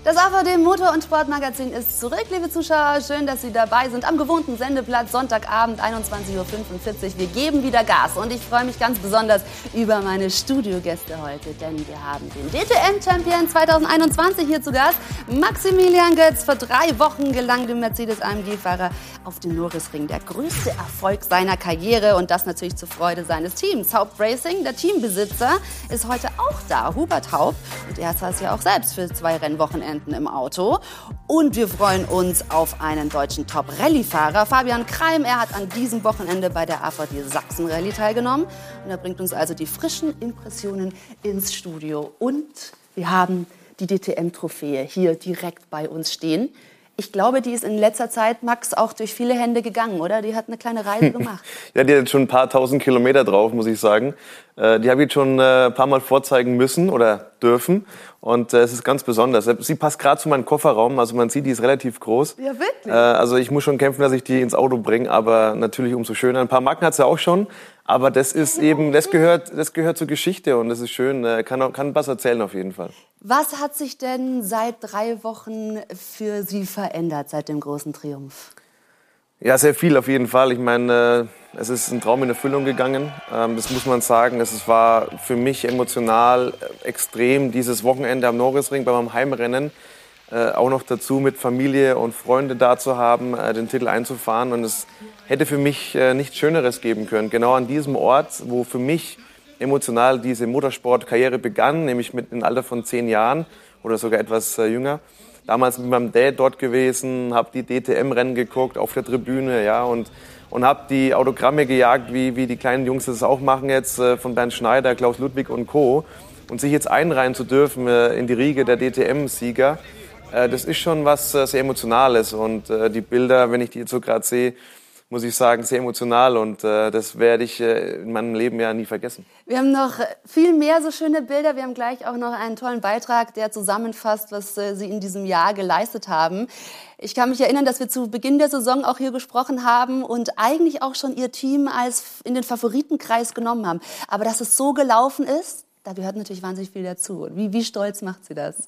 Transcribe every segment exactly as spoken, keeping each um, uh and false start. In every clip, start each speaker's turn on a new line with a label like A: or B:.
A: Das A V D Motor- und Sportmagazin ist zurück, liebe Zuschauer. Schön, dass Sie dabei sind am gewohnten Sendeplatz, Sonntagabend, einundzwanzig Uhr fünfundvierzig. Wir geben wieder Gas und ich freue mich ganz besonders über meine Studiogäste heute, denn wir haben den D T M-Champion zwanzig einundzwanzig hier zu Gast. Maximilian Götz, vor drei Wochen gelang dem Mercedes-A M G-Fahrer auf dem Norrisring der größte Erfolg seiner Karriere und das natürlich zur Freude seines Teams. Haupt Racing, der Teambesitzer, ist heute auch da, Hubert Haupt, und er saß ja auch selbst für zwei Rennwochenenden im Auto. Und wir freuen uns auf einen deutschen Top-Rallye-Fahrer, Fabian Kreim. Er hat an diesem Wochenende bei der A V D Sachsen-Rallye teilgenommen. Und er bringt uns also die frischen Impressionen ins Studio. Und wir haben die D T M-Trophäe hier direkt bei uns stehen. Ich glaube, die ist in letzter Zeit, Max, auch durch viele Hände gegangen, oder? Die hat eine kleine Reise gemacht.
B: Ja, die hat jetzt schon ein paar tausend Kilometer drauf, muss ich sagen. Äh, die habe ich jetzt schon äh, ein paar Mal vorzeigen müssen oder dürfen. Und äh, es ist ganz besonders. Sie passt gerade zu meinem Kofferraum. Also man sieht, die ist relativ groß.
A: Ja, wirklich?
B: Äh, also ich muss schon kämpfen, dass ich die ins Auto bringe. Aber natürlich umso schöner. Ein paar Marken hat sie auch schon. Aber das ist eben, das gehört, das gehört zur Geschichte. Und das ist schön. Äh, kann, kann was erzählen auf jeden Fall.
A: Was hat sich denn seit drei Wochen für Sie verändert, seit dem großen Triumph?
B: Ja, sehr viel auf jeden Fall. Ich meine, äh, es ist ein Traum in Erfüllung gegangen. Ähm, das muss man sagen. Es war für mich emotional extrem, dieses Wochenende am Norrisring bei meinem Heimrennen. Äh, auch noch dazu mit Familie und Freunde da zu haben, äh, den Titel einzufahren. Und es hätte für mich äh, nichts Schöneres geben können. Genau an diesem Ort, wo für mich emotional diese Motorsportkarriere begann, nämlich mit dem Alter von zehn Jahren oder sogar etwas äh, jünger. Damals mit meinem Dad dort gewesen, habe die D T M-Rennen geguckt auf der Tribüne, ja, und, und habe die Autogramme gejagt, wie, wie die kleinen Jungs das auch machen jetzt, äh, von Bernd Schneider, Klaus Ludwig und Co. Und sich jetzt einreihen zu dürfen äh, in die Riege der D T M-Sieger, äh, das ist schon was äh, sehr Emotionales. Und äh, die Bilder, wenn ich die jetzt so gerade sehe, muss ich sagen, sehr emotional und äh, das werde ich äh, in meinem Leben ja nie vergessen.
A: Wir haben noch viel mehr so schöne Bilder. Wir haben gleich auch noch einen tollen Beitrag, der zusammenfasst, was äh, Sie in diesem Jahr geleistet haben. Ich kann mich erinnern, dass wir zu Beginn der Saison auch hier gesprochen haben und eigentlich auch schon Ihr Team als in den Favoritenkreis genommen haben. Aber dass es so gelaufen ist, da gehört natürlich wahnsinnig viel dazu. Wie, wie stolz macht Sie das?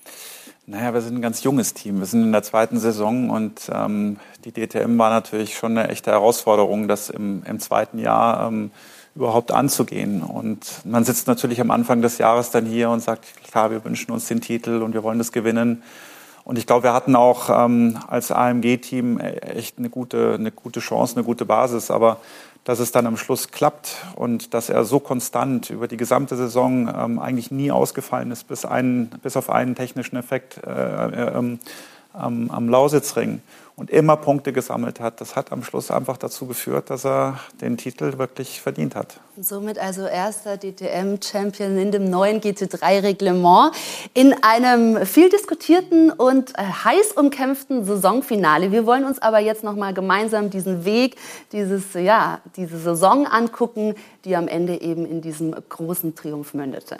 C: Naja, wir sind ein ganz junges Team. Wir sind in der zweiten Saison und ähm, die D T M war natürlich schon eine echte Herausforderung, das im, im zweiten Jahr ähm, überhaupt anzugehen. Und man sitzt natürlich am Anfang des Jahres dann hier und sagt, klar, wir wünschen uns den Titel und wir wollen das gewinnen. Und ich glaube, wir hatten auch ähm, als A M G-Team echt eine gute, eine gute Chance, eine gute Basis. Aber dass es dann am Schluss klappt und dass er so konstant über die gesamte Saison ähm, eigentlich nie ausgefallen ist, bis, einen, bis auf einen technischen Effekt äh, äh, ähm, am, am Lausitzring und immer Punkte gesammelt hat, das hat am Schluss einfach dazu geführt, dass er den Titel wirklich verdient hat.
A: Und somit also erster D T M-Champion in dem neuen G T drei Reglement in einem viel diskutierten und äh, heiß umkämpften Saisonfinale. Wir wollen uns aber jetzt noch mal gemeinsam diesen Weg, dieses, ja, diese Saison angucken, die am Ende eben in diesem großen Triumph mündete.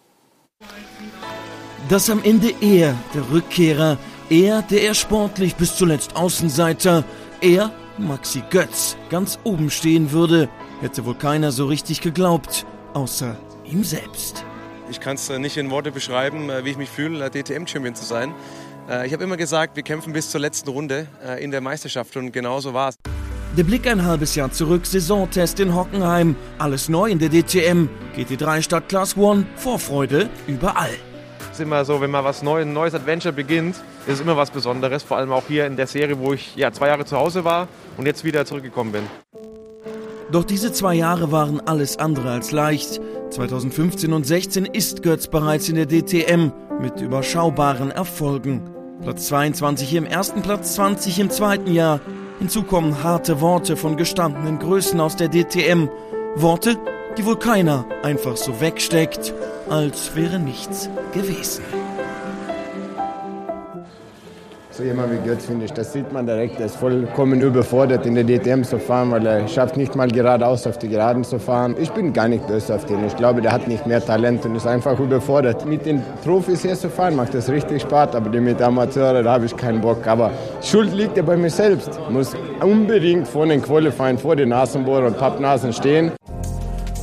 D: Dass am Ende er, der Rückkehrer, er, der er sportlich bis zuletzt Außenseiter, er, Maxi Götz, ganz oben stehen würde, hätte wohl keiner so richtig geglaubt, außer ihm selbst.
E: Ich kann es nicht in Worte beschreiben, wie ich mich fühle, D T M-Champion zu sein. Ich habe immer gesagt, wir kämpfen bis zur letzten Runde in der Meisterschaft und genau so war es.
D: Der Blick ein halbes Jahr zurück, Saisontest in Hockenheim, alles neu in der D T M, G T drei statt Class eins, Vorfreude überall.
F: Es ist immer so, wenn mal was Neues, ein neues Adventure beginnt, ist es immer was Besonderes. Vor allem auch hier in der Serie, wo ich ja, zwei Jahre zu Hause war und jetzt wieder zurückgekommen bin.
D: Doch diese zwei Jahre waren alles andere als leicht. zweitausendfünfzehn und sechzehn ist Götz bereits in der D T M mit überschaubaren Erfolgen. Platz zweiundzwanzig im ersten, Platz zwanzig im zweiten Jahr. Hinzu kommen harte Worte von gestandenen Größen aus der D T M. Worte, die wohl keiner einfach so wegsteckt, als wäre nichts gewesen.
G: So jemand wie Götz, finde ich, das sieht man direkt, er ist vollkommen überfordert in der D T M zu fahren, weil er schafft nicht mal geradeaus auf die Geraden zu fahren. Ich bin gar nicht böse auf den, ich glaube, der hat nicht mehr Talent und ist einfach überfordert. Mit den Profis hier zu fahren macht das richtig Spaß, aber mit Amateuren, da habe ich keinen Bock. Aber Schuld liegt ja bei mir selbst. Ich muss unbedingt vor den Qualifying, vor den Nasenbohrern und Pappnasen stehen.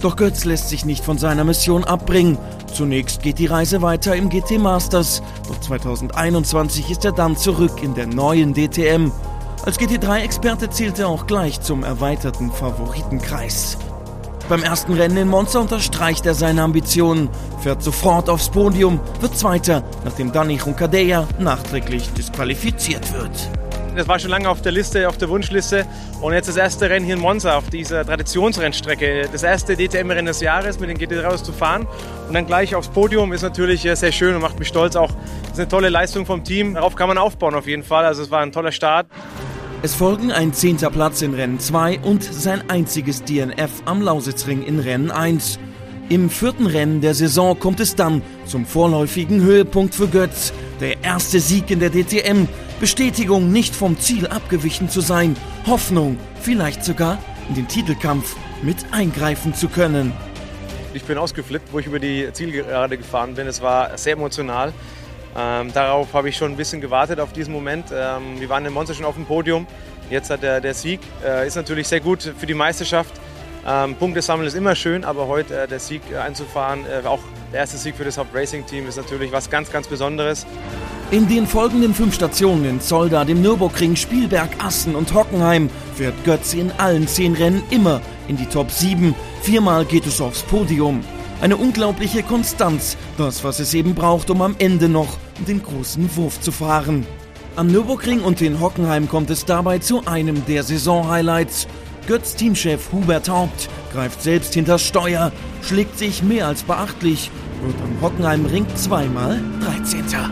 D: Doch Götz lässt sich nicht von seiner Mission abbringen. Zunächst geht die Reise weiter im G T Masters. Doch zweitausendeinundzwanzig ist er dann zurück in der neuen D T M. Als G T drei Experte zählt er auch gleich zum erweiterten Favoritenkreis. Beim ersten Rennen in Monza unterstreicht er seine Ambitionen, fährt sofort aufs Podium, wird Zweiter, nachdem Dani Junqueira nachträglich disqualifiziert wird.
E: Das war schon lange auf der Liste, auf der Wunschliste. Und jetzt das erste Rennen hier in Monza auf dieser Traditionsrennstrecke. Das erste D T M-Rennen des Jahres mit den G T drei zu fahren. Und dann gleich aufs Podium ist natürlich sehr schön und macht mich stolz. Auch das ist eine tolle Leistung vom Team. Darauf kann man aufbauen auf jeden Fall. Also es war ein toller Start.
D: Es folgen ein zehnter Platz in Rennen zwei und sein einziges D N F am Lausitzring in Rennen eins. Im vierten Rennen der Saison kommt es dann zum vorläufigen Höhepunkt für Götz. Der erste Sieg in der D T M. Bestätigung, nicht vom Ziel abgewichen zu sein. Hoffnung, vielleicht sogar in den Titelkampf mit eingreifen zu können.
E: Ich bin ausgeflippt, wo ich über die Zielgerade gefahren bin. Es war sehr emotional. Ähm, darauf habe ich schon ein bisschen gewartet, auf diesen Moment. Ähm, wir waren in Monza schon auf dem Podium. Jetzt hat der, der Sieg. Äh, ist natürlich sehr gut für die Meisterschaft. Ähm, Punkte sammeln ist immer schön, aber heute äh, der Sieg äh, einzufahren, äh, auch der erste Sieg für das Haupt-Racing-Team, ist natürlich was ganz, ganz Besonderes.
D: In den folgenden fünf Stationen in Zolder, dem Nürburgring, Spielberg, Assen und Hockenheim fährt Götz in allen zehn Rennen immer in die Top sieben. Viermal geht es aufs Podium. Eine unglaubliche Konstanz, das, was es eben braucht, um am Ende noch den großen Wurf zu fahren. Am Nürburgring und in Hockenheim kommt es dabei zu einem der Saison-Highlights. Götz Teamchef Hubert Haupt greift selbst hinters Steuer, schlägt sich mehr als beachtlich, wird am Hockenheimring zweimal dreizehnter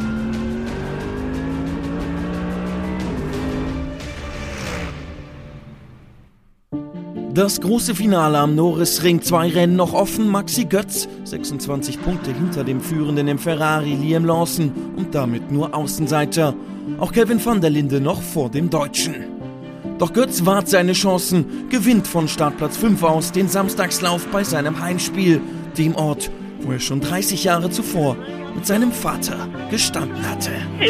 D: Das große Finale am Norrisring, zwei Rennen noch offen. Maxi Götz, sechsundzwanzig Punkte hinter dem Führenden im Ferrari Liam Lawson und damit nur Außenseiter. Auch Kevin van der Linde noch vor dem Deutschen. Doch Götz wahrt seine Chancen, gewinnt von Startplatz fünf aus den Samstagslauf bei seinem Heimspiel, dem Ort, wo er schon dreißig Jahre zuvor mit seinem Vater gestanden hatte.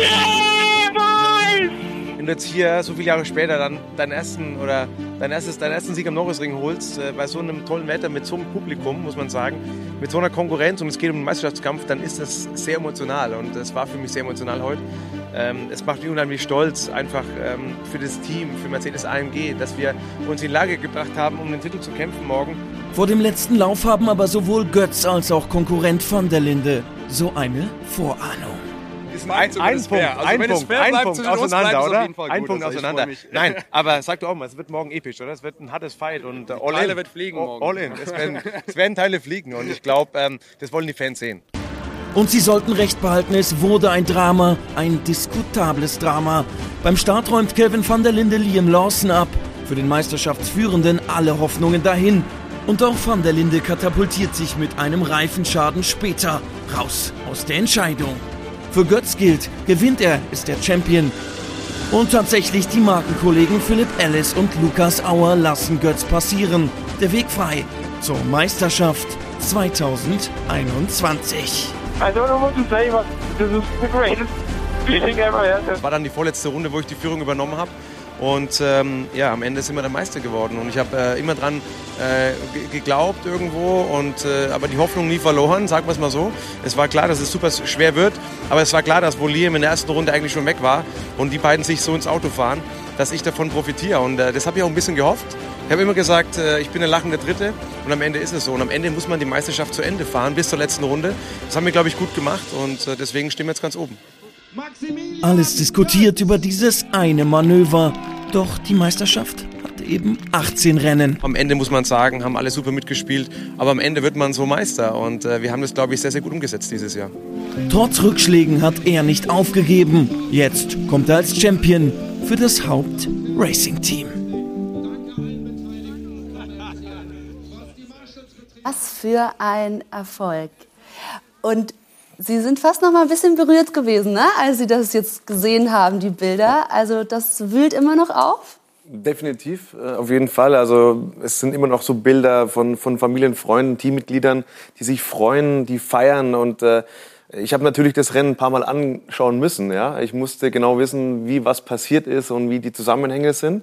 E: Wenn du jetzt hier so viele Jahre später dann deinen ersten oder dein erstes, deinen ersten Sieg am Norrisring holst, äh, bei so einem tollen Wetter, mit so einem Publikum, muss man sagen, mit so einer Konkurrenz und es geht um den Meisterschaftskampf, dann ist das sehr emotional und das war für mich sehr emotional heute. Ähm, es macht mich unheimlich stolz, einfach ähm, für das Team, für Mercedes A M G, dass wir uns in die Lage gebracht haben, um den Titel zu kämpfen morgen.
D: Vor dem letzten Lauf haben aber sowohl Götz als auch Konkurrent van der Linde so eine Vorahnung.
E: Ein, ein Punkt, also ein Punkt, ein Punkt auseinander, oder? Ein
H: gut,
E: Punkt
H: also
E: auseinander. Nein, aber sag doch auch mal, es wird morgen episch, oder? Es wird ein hartes Fight und äh, all
H: Teile
E: in.
H: wird fliegen
E: all,
H: morgen.
E: All in. Es werden, es werden Teile fliegen und ich glaube, ähm, das wollen die Fans sehen.
D: Und sie sollten recht behalten, es wurde ein Drama, ein diskutables Drama. Beim Start räumt Kevin van der Linde Liam Lawson ab. Für den Meisterschaftsführenden alle Hoffnungen dahin. Und auch van der Linde katapultiert sich mit einem Reifenschaden später raus aus der Entscheidung. Für Götz gilt, gewinnt er, ist der Champion. Und tatsächlich, die Markenkollegen Philipp Ellis und Lukas Auer lassen Götz passieren. Der Weg frei zur Meisterschaft zweitausendeinundzwanzig.
I: I don't know what to say, but this is the greatest feeling ever.
E: Das war dann die vorletzte Runde, wo ich die Führung übernommen habe. Und ähm, ja, am Ende sind wir der Meister geworden. Und ich habe äh, immer dran äh, geglaubt irgendwo, und, äh, aber die Hoffnung nie verloren, sagen wir es mal so. Es war klar, dass es super schwer wird, aber es war klar, dass wo Liam in der ersten Runde eigentlich schon weg war und die beiden sich so ins Auto fahren, dass ich davon profitiere. Und äh, das habe ich auch ein bisschen gehofft. Ich habe immer gesagt, äh, ich bin der lachende Dritte, und am Ende ist es so. Und am Ende muss man die Meisterschaft zu Ende fahren, bis zur letzten Runde. Das haben wir, glaube ich, gut gemacht, und äh, deswegen stehen wir jetzt ganz oben.
D: Alles diskutiert über dieses eine Manöver. Doch die Meisterschaft hat eben achtzehn Rennen.
E: Am Ende muss man sagen, haben alle super mitgespielt. Aber am Ende wird man so Meister. Und äh, wir haben das, glaube ich, sehr, sehr gut umgesetzt dieses Jahr.
D: Trotz Rückschlägen hat er nicht aufgegeben. Jetzt kommt er als Champion für das Haupt-Racing-Team.
A: Was für ein Erfolg. Und Sie sind fast noch mal ein bisschen berührt gewesen, ne? Als Sie das jetzt gesehen haben, die Bilder. Also das wühlt immer noch auf?
B: Definitiv, äh, auf jeden Fall. Also es sind immer noch so Bilder von, von Familien, Freunden, Teammitgliedern, die sich freuen, die feiern. Und äh, ich habe natürlich das Rennen ein paar Mal anschauen müssen. Ja? Ich musste genau wissen, wie was passiert ist und wie die Zusammenhänge sind.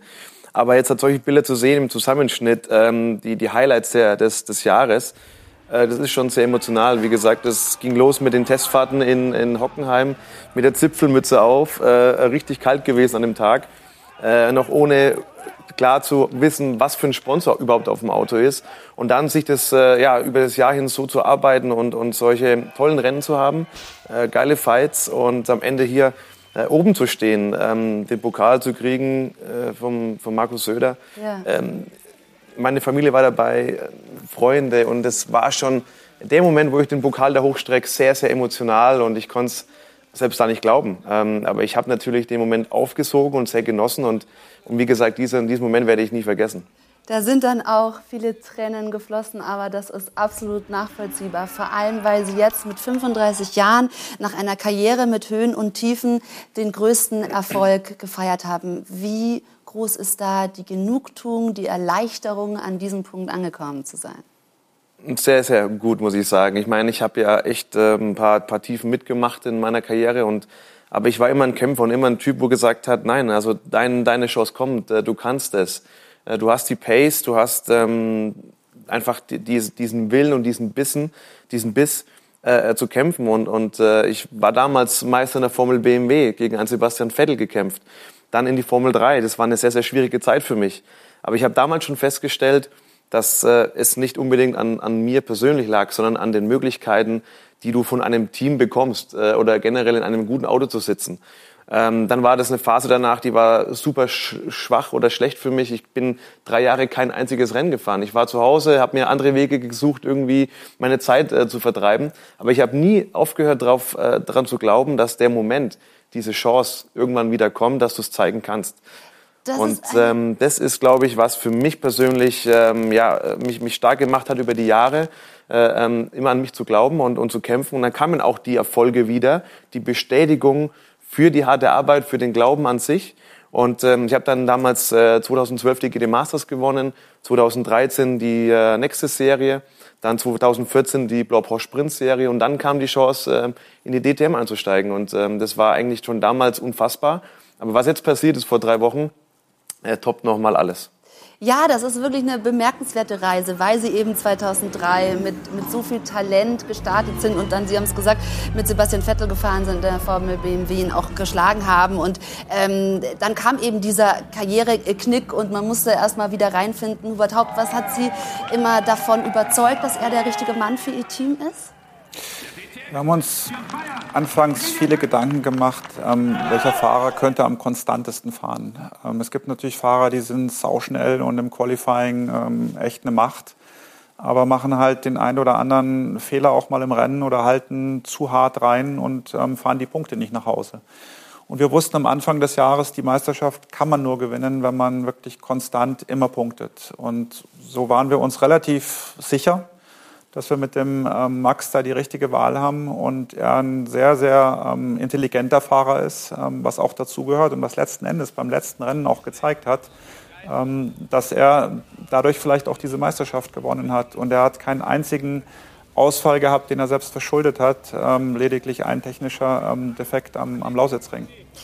B: Aber jetzt hat solche Bilder zu sehen im Zusammenschnitt, ähm, die, die Highlights der, des, des Jahres, äh, das ist schon sehr emotional. Wie gesagt, das ging los mit den Testfahrten in, in Hockenheim, mit der Zipfelmütze auf, äh, richtig kalt gewesen an dem Tag, äh, noch ohne klar zu wissen, was für ein Sponsor überhaupt auf dem Auto ist. Und dann sich das äh, ja, über das Jahr hin so zu arbeiten und, und solche tollen Rennen zu haben, äh, geile Fights und am Ende hier Äh, oben zu stehen, ähm, den Pokal zu kriegen äh, vom, vom Markus Söder.
A: Ja.
B: Ähm, meine Familie war dabei, äh, Freunde, und es war schon der Moment, wo ich den Pokal da hochstrecke, sehr, sehr emotional, und ich konnte es selbst da nicht glauben. Ähm, aber ich habe natürlich den Moment aufgesogen und sehr genossen, und, und wie gesagt, diesen, diesen Moment werde ich nie vergessen.
A: Da sind dann auch viele Tränen geflossen, aber das ist absolut nachvollziehbar. Vor allem, weil Sie jetzt mit fünfunddreißig Jahren nach einer Karriere mit Höhen und Tiefen den größten Erfolg gefeiert haben. Wie groß ist da die Genugtuung, die Erleichterung, an diesem Punkt angekommen zu sein?
B: Sehr, sehr gut, muss ich sagen. Ich meine, ich habe ja echt äh, ein paar, paar Tiefen mitgemacht in meiner Karriere, und aber ich war immer ein Kämpfer und immer ein Typ, wo gesagt hat, nein, also dein, deine Chance kommt, äh, du kannst es. Du hast die Pace, du hast ähm, einfach die, die, diesen Willen und diesen Bissen, diesen Biss äh, zu kämpfen. Und, und äh, ich war damals Meister in der Formel B M W, gegen einen Sebastian Vettel gekämpft. Dann in die Formel drei. Das war eine sehr, sehr schwierige Zeit für mich. Aber ich habe damals schon festgestellt, dass äh, es nicht unbedingt an, an mir persönlich lag, sondern an den Möglichkeiten, die du von einem Team bekommst äh, oder generell in einem guten Auto zu sitzen. Ähm, dann war das eine Phase danach, die war super sch- schwach oder schlecht für mich. Ich bin drei Jahre kein einziges Rennen gefahren. Ich war zu Hause, habe mir andere Wege gesucht, irgendwie meine Zeit äh, zu vertreiben. Aber ich habe nie aufgehört, drauf, äh, daran zu glauben, dass der Moment, diese Chance irgendwann wieder kommt, dass du es zeigen kannst. Das und ähm, das ist, glaube ich, was für mich persönlich ähm, ja, mich, mich stark gemacht hat über die Jahre, äh, ähm, immer an mich zu glauben und, und zu kämpfen. Und dann kamen auch die Erfolge wieder, die Bestätigung für die harte Arbeit, für den Glauben an sich. Und ähm, ich habe dann damals äh, zweitausendzwölf die G D Masters gewonnen, zweitausenddreizehn die äh, nächste Serie, dann zweitausendvierzehn die Blancpain Sprint Serie, und dann kam die Chance, äh, in die D T M einzusteigen. Und ähm, das war eigentlich schon damals unfassbar. Aber was jetzt passiert ist vor drei Wochen, äh, toppt nochmal alles.
A: Ja, das ist wirklich eine bemerkenswerte Reise, weil Sie eben zweitausenddrei mit, mit so viel Talent gestartet sind und dann, Sie haben es gesagt, mit Sebastian Vettel gefahren sind, der Formel B M W ihn auch geschlagen haben. Und ähm, dann kam eben dieser Karriereknick und man musste erst mal wieder reinfinden. Hubert Haupt, was hat Sie immer davon überzeugt, dass er der richtige Mann für Ihr Team ist?
C: Wir haben uns anfangs viele Gedanken gemacht, ähm, welcher Fahrer könnte am konstantesten fahren. Ähm, es gibt natürlich Fahrer, die sind sauschnell und im Qualifying ähm, echt eine Macht, aber machen halt den einen oder anderen Fehler auch mal im Rennen oder halten zu hart rein und ähm, fahren die Punkte nicht nach Hause. Und wir wussten am Anfang des Jahres, die Meisterschaft kann man nur gewinnen, wenn man wirklich konstant immer punktet. Und so waren wir uns relativ sicher, dass wir mit dem ähm, Max da die richtige Wahl haben und er ein sehr, sehr ähm, intelligenter Fahrer ist, ähm, was auch dazugehört und was letzten Endes beim letzten Rennen auch gezeigt hat, ähm, dass er dadurch vielleicht auch diese Meisterschaft gewonnen hat. Und er hat keinen einzigen Ausfall gehabt, den er selbst verschuldet hat, ähm, lediglich ein technischer ähm, Defekt am, am Lausitzring.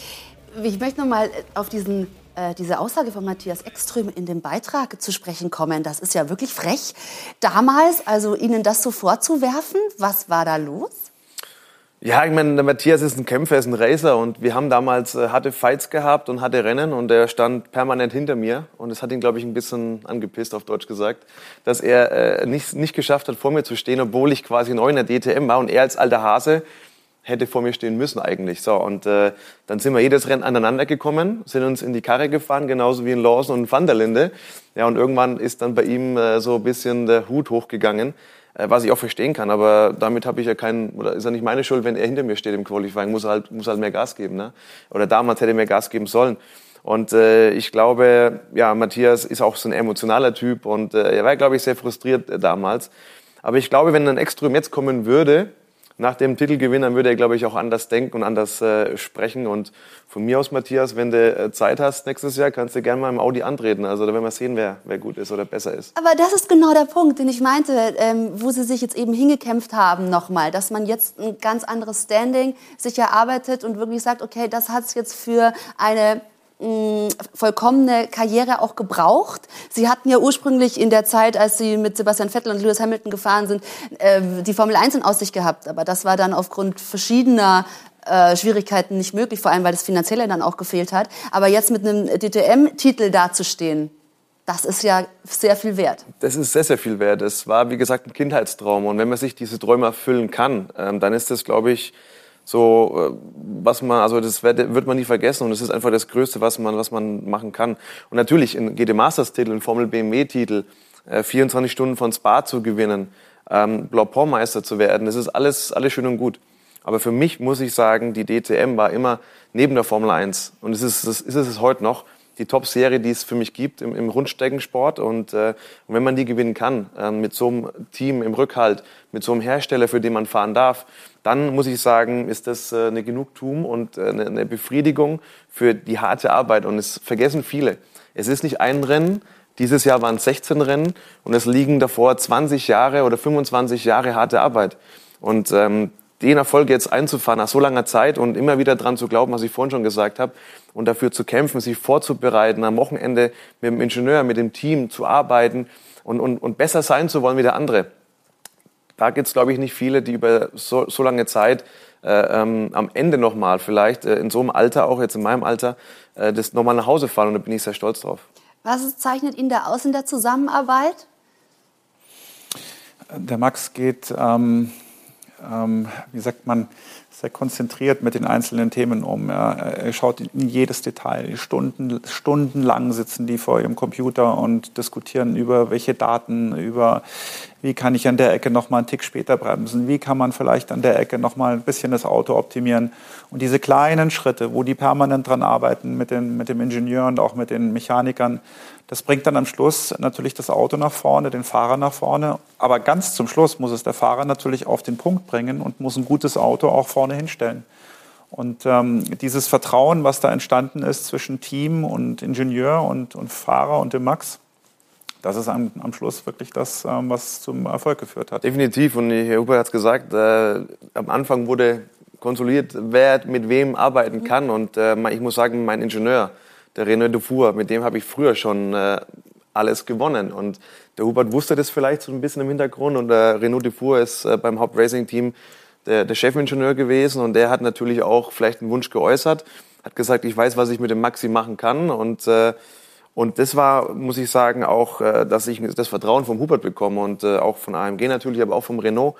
A: Ich möchte noch mal auf diesen diese Aussage von Matthias Ekström in dem Beitrag zu sprechen kommen. Das ist ja wirklich frech. Damals, also Ihnen das so vorzuwerfen, was war da los?
B: Ja, ich meine, der Matthias ist ein Kämpfer, ist ein Racer, und wir haben damals äh, harte Fights gehabt und harte Rennen, und er stand permanent hinter mir, und es hat ihn, glaube ich, ein bisschen angepisst, auf Deutsch gesagt, dass er äh, nicht, nicht geschafft hat, vor mir zu stehen, obwohl ich quasi neu in der D T M war und er als alter Hase hätte vor mir stehen müssen eigentlich. So, und äh, dann sind wir jedes Rennen aneinander gekommen, sind uns in die Karre gefahren, genauso wie in Lawson und Van der Linde. Ja, und irgendwann ist dann bei ihm äh, so ein bisschen der Hut hochgegangen, äh, was ich auch verstehen kann. Aber damit habe ich ja keinen, oder ist ja nicht meine Schuld, wenn er hinter mir steht im Qualifying, muss er halt, muss halt mehr Gas geben, ne? Oder damals hätte er mehr Gas geben sollen. Und äh, ich glaube, ja, Matthias ist auch so ein emotionaler Typ, und äh, er war, glaube ich, sehr frustriert äh, damals. Aber ich glaube, wenn ein Ekström jetzt kommen würde, nach dem Titelgewinn, dann würde er, glaube ich, auch anders denken und anders äh, sprechen. Und von mir aus, Matthias, wenn du äh, Zeit hast nächstes Jahr, kannst du gerne mal im Audi antreten. Also da werden wir sehen, wer, wer gut ist oder besser ist.
A: Aber das ist genau der Punkt, den ich meinte, ähm, wo Sie sich jetzt eben hingekämpft haben nochmal. Dass man jetzt ein ganz anderes Standing sich erarbeitet und wirklich sagt, okay, das hat es jetzt für eine mh, vollkommene Karriere auch gebraucht? Sie hatten ja ursprünglich in der Zeit, als Sie mit Sebastian Vettel und Lewis Hamilton gefahren sind, äh, die Formel eins in Aussicht gehabt. Aber das war dann aufgrund verschiedener äh, Schwierigkeiten nicht möglich, vor allem weil das Finanzielle dann auch gefehlt hat. Aber jetzt mit einem D T M-Titel dazustehen, das ist ja sehr viel wert. Das ist sehr, sehr viel wert. Es war, wie gesagt, ein Kindheitstraum. Und wenn man sich diese Träume erfüllen kann, ähm, dann ist das, glaube ich, so, äh, was man, also das wird, wird man nie vergessen. Und es ist einfach das Größte, was man, was man machen kann. Und natürlich, ein G T Masters-Titel, ein Formel B M W-Titel, äh, vierundzwanzig Stunden von Spa zu gewinnen, ähm, Blancpain-Meister zu werden, das ist alles, alles schön und gut. Aber für mich muss ich sagen, die D T M war immer neben der Formel eins. Und es ist, es ist es heute noch. Die Top-Serie, die es für mich gibt im, im Rundstreckensport. Und, äh, und wenn man die gewinnen kann, äh, mit so einem Team im Rückhalt, mit so einem Hersteller, für den man fahren darf, dann muss ich sagen, ist das äh, eine Genugtuung und äh, eine, eine Befriedigung für die harte Arbeit. Und es vergessen viele. Es ist nicht ein Rennen, dieses Jahr waren es sechzehn Rennen und es liegen davor zwanzig Jahre oder fünfundzwanzig Jahre harte Arbeit. Und ähm, den Erfolg jetzt einzufahren nach so langer Zeit und immer wieder dran zu glauben, was ich vorhin schon gesagt habe, und dafür zu kämpfen, sich vorzubereiten, am Wochenende mit dem Ingenieur, mit dem Team zu arbeiten und, und, und besser sein zu wollen wie der andere. Da gibt es, glaube ich, nicht viele, die über so, so lange Zeit äh, ähm, am Ende nochmal vielleicht äh, in so einem Alter, auch jetzt in meinem Alter, äh, das nochmal nach Hause fahren, und da bin ich sehr stolz drauf. Was zeichnet ihn da aus in der Zusammenarbeit?
C: Der Max geht, ähm, ähm, wie sagt man, sehr konzentriert mit den einzelnen Themen um. Ja. Er schaut in jedes Detail. Stunden, stundenlang sitzen die vor ihrem Computer und diskutieren über welche Daten, über wie kann ich an der Ecke noch mal einen Tick später bremsen, wie kann man vielleicht an der Ecke noch mal ein bisschen das Auto optimieren. Und diese kleinen Schritte, wo die permanent dran arbeiten mit, den, mit dem Ingenieur und auch mit den Mechanikern, das bringt dann am Schluss natürlich das Auto nach vorne, den Fahrer nach vorne. Aber ganz zum Schluss muss es der Fahrer natürlich auf den Punkt bringen und muss ein gutes Auto auch vorne hinstellen. Und ähm, dieses Vertrauen, was da entstanden ist zwischen Team und Ingenieur und, und Fahrer und dem Max, das ist am, am Schluss wirklich das, ähm, was zum Erfolg geführt hat.
B: Definitiv. Und Herr Huber hat es gesagt, äh, am Anfang wurde konsolidiert, wer mit wem arbeiten kann. Und äh, ich muss sagen, mein Ingenieur, der Renaud Dufour, mit dem habe ich früher schon äh, alles gewonnen. Und der Hubert wusste das vielleicht so ein bisschen im Hintergrund. Und der Renaud Dufour ist äh, beim Hauptracing-Team der, der Chefingenieur gewesen. Und der hat natürlich auch vielleicht einen Wunsch geäußert. Hat gesagt, ich weiß, was ich mit dem Maxi machen kann. Und, äh, und das war, muss ich sagen, auch, äh, dass ich das Vertrauen vom Hubert bekomme. Und äh, auch von A M G natürlich, aber auch vom Renault.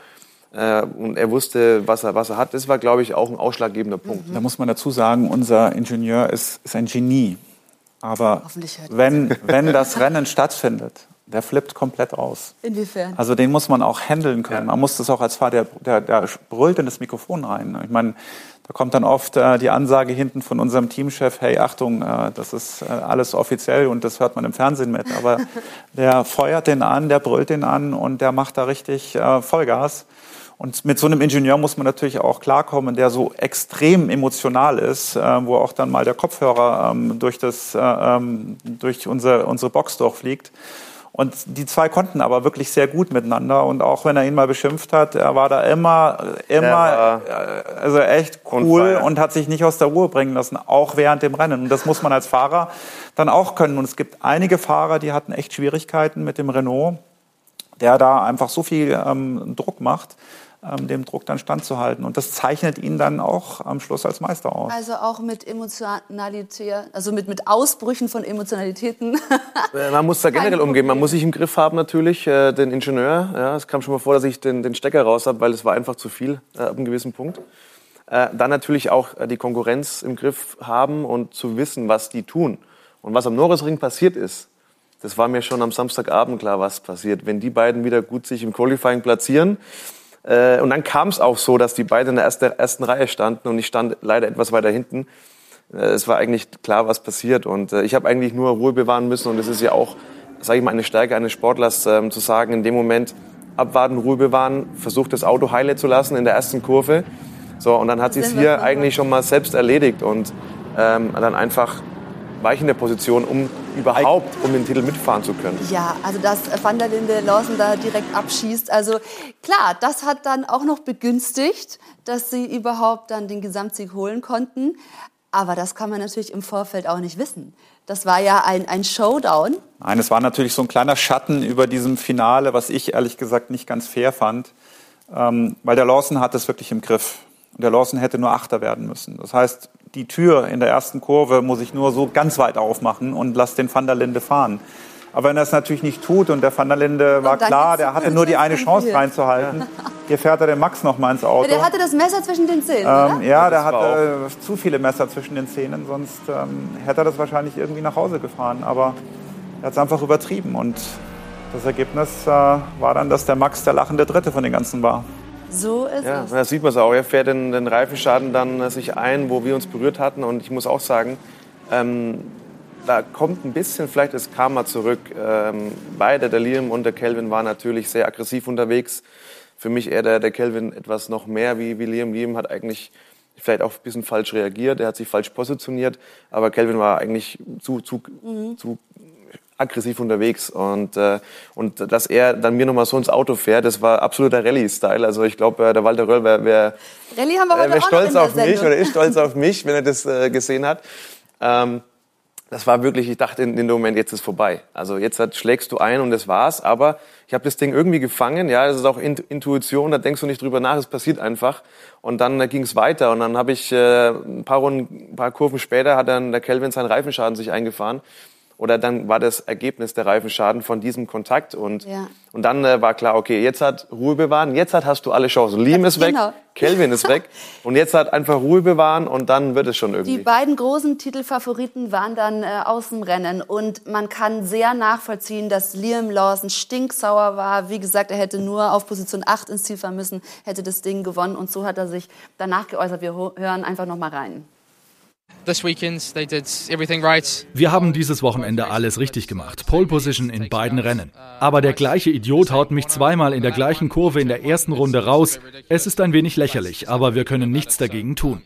B: Und er wusste, was er, was er hat. Das war, glaube ich, auch ein ausschlaggebender Punkt.
C: Da muss man dazu sagen, unser Ingenieur ist, ist ein Genie. Aber wenn, wenn das Rennen stattfindet, der flippt komplett aus.
A: Inwiefern?
C: Also den muss man auch handeln können. Man muss das auch als Fahrer, der, der, der brüllt in das Mikrofon rein. Ich meine, da kommt dann oft äh, die Ansage hinten von unserem Teamchef, hey, Achtung, äh, das ist äh, alles offiziell und das hört man im Fernsehen mit. Aber der feuert den an, der brüllt den an und der macht da richtig äh, Vollgas. Und mit so einem Ingenieur muss man natürlich auch klarkommen, der so extrem emotional ist, äh, wo auch dann mal der Kopfhörer ähm, durch, das, äh, ähm, durch unsere, unsere Box durchfliegt. Und die zwei konnten aber wirklich sehr gut miteinander. Und auch wenn er ihn mal beschimpft hat, er war da immer, immer äh, also echt cool und hat sich nicht aus der Ruhe bringen lassen, auch während dem Rennen. Und das muss man als Fahrer dann auch können. Und es gibt einige Fahrer, die hatten echt Schwierigkeiten mit dem Renault, der da einfach so viel ähm, Druck macht, ähm, dem Druck dann standzuhalten. Und das zeichnet ihn dann auch am Schluss als Meister aus.
A: Also auch mit Emotionalität, also mit, mit Ausbrüchen von Emotionalitäten.
B: Man muss da generell umgehen. Man muss sich im Griff haben natürlich, äh, den Ingenieur. Ja, es kam schon mal vor, dass ich den, den Stecker raus habe, weil es war einfach zu viel äh, ab einem gewissen Punkt. Äh, dann natürlich auch äh, die Konkurrenz im Griff haben und zu wissen, was die tun. Und was am Norrisring passiert ist, das war mir schon am Samstagabend klar, was passiert. Wenn die beiden wieder gut sich im Qualifying platzieren. Äh, und dann kam es auch so, dass die beiden in der ersten, ersten Reihe standen und ich stand leider etwas weiter hinten. Äh, es war eigentlich klar, was passiert. Und äh, ich habe eigentlich nur Ruhe bewahren müssen. Und es ist ja auch, sage ich mal, eine Stärke eines Sportlers, äh, zu sagen, in dem Moment abwarten, Ruhe bewahren, versucht das Auto heile zu lassen in der ersten Kurve. So, und dann hat sie es hier eigentlich schon mal selbst erledigt. Und ähm, dann einfach war ich in der Position, um überhaupt um den Titel mitfahren zu können.
A: Ja, also dass Van der Linde Lawson da direkt abschießt. Also klar, das hat dann auch noch begünstigt, dass sie überhaupt dann den Gesamtsieg holen konnten. Aber das kann man natürlich im Vorfeld auch nicht wissen. Das war ja ein, ein Showdown.
C: Nein, es war natürlich so ein kleiner Schatten über diesem Finale, was ich ehrlich gesagt nicht ganz fair fand. Ähm, weil der Lawson hat es wirklich im Griff. Und der Lawson hätte nur Achter werden müssen. Das heißt, die Tür in der ersten Kurve muss ich nur so ganz weit aufmachen und lass den Van der Linde fahren. Aber wenn er es natürlich nicht tut und der Van der Linde war klar, der hatte nur die eine Chance reinzuhalten. Ja. Hier fährt er den Max noch mal ins Auto.
A: Ja, der hatte das Messer zwischen den Zähnen,
C: ähm,
A: oder?
C: Ja, der hatte zu viele Messer zwischen den Zähnen, sonst ähm, hätte er das wahrscheinlich irgendwie nach Hause gefahren. Aber er hat es einfach übertrieben und das Ergebnis äh, war dann, dass der Max der lachende Dritte von den ganzen war.
A: So ist
B: ja,
A: es.
B: Da sieht man es auch. Er fährt den, den Reifenschaden dann äh, sich ein, wo wir uns berührt hatten. Und ich muss auch sagen, ähm, da kommt ein bisschen vielleicht das Karma zurück. Ähm, beide, der Liam und der Kelvin, waren natürlich sehr aggressiv unterwegs. Für mich eher der, der Kelvin etwas noch mehr wie, wie Liam. Liam hat eigentlich vielleicht auch ein bisschen falsch reagiert. Er hat sich falsch positioniert. Aber Kelvin war eigentlich zu, zu, mhm. zu aggressiv unterwegs. Und, äh, und dass er dann mir nochmal so ins Auto fährt, das war absoluter Rallye-Style. Also ich glaube, der Walter Röll wäre wär,
A: Rallye haben wir heute
B: wär
A: auch
B: stolz
A: noch in
B: auf
A: der
B: mich
A: Sendung.
B: oder ist stolz auf mich, wenn er das äh, gesehen hat. Ähm, Das war wirklich, ich dachte in dem Moment, jetzt ist vorbei. Also jetzt hat, schlägst du ein und das war's. Aber ich habe das Ding irgendwie gefangen. Ja, das ist auch Intuition, da denkst du nicht drüber nach, es passiert einfach. Und dann äh, ging es weiter. Und dann habe ich äh, ein paar Runden, ein paar Kurven später, hat dann der Kelvin seinen Reifenschaden sich eingefahren. Oder dann war das Ergebnis der Reifenschaden von diesem Kontakt. Und,
A: ja.
B: und dann äh, war klar, okay, jetzt hat Ruhe bewahren, jetzt hat, hast du alle Chancen. Liam ist weg,
A: genau.
B: Kelvin ist weg. Und jetzt hat einfach Ruhe bewahren und dann wird es schon irgendwie.
A: Die beiden großen Titelfavoriten waren dann äh, aus dem Rennen. Und man kann sehr nachvollziehen, dass Liam Lawson stinksauer war. Wie gesagt, er hätte nur auf Position acht ins Ziel fahren müssen, hätte das Ding gewonnen. Und so hat er sich danach geäußert. Wir hören einfach noch mal rein.
H: Wir haben dieses Wochenende alles richtig gemacht. Pole Position in beiden Rennen. Aber der gleiche Idiot haut mich zweimal in der gleichen Kurve in der ersten Runde raus. Es ist ein wenig lächerlich, aber wir können nichts dagegen tun.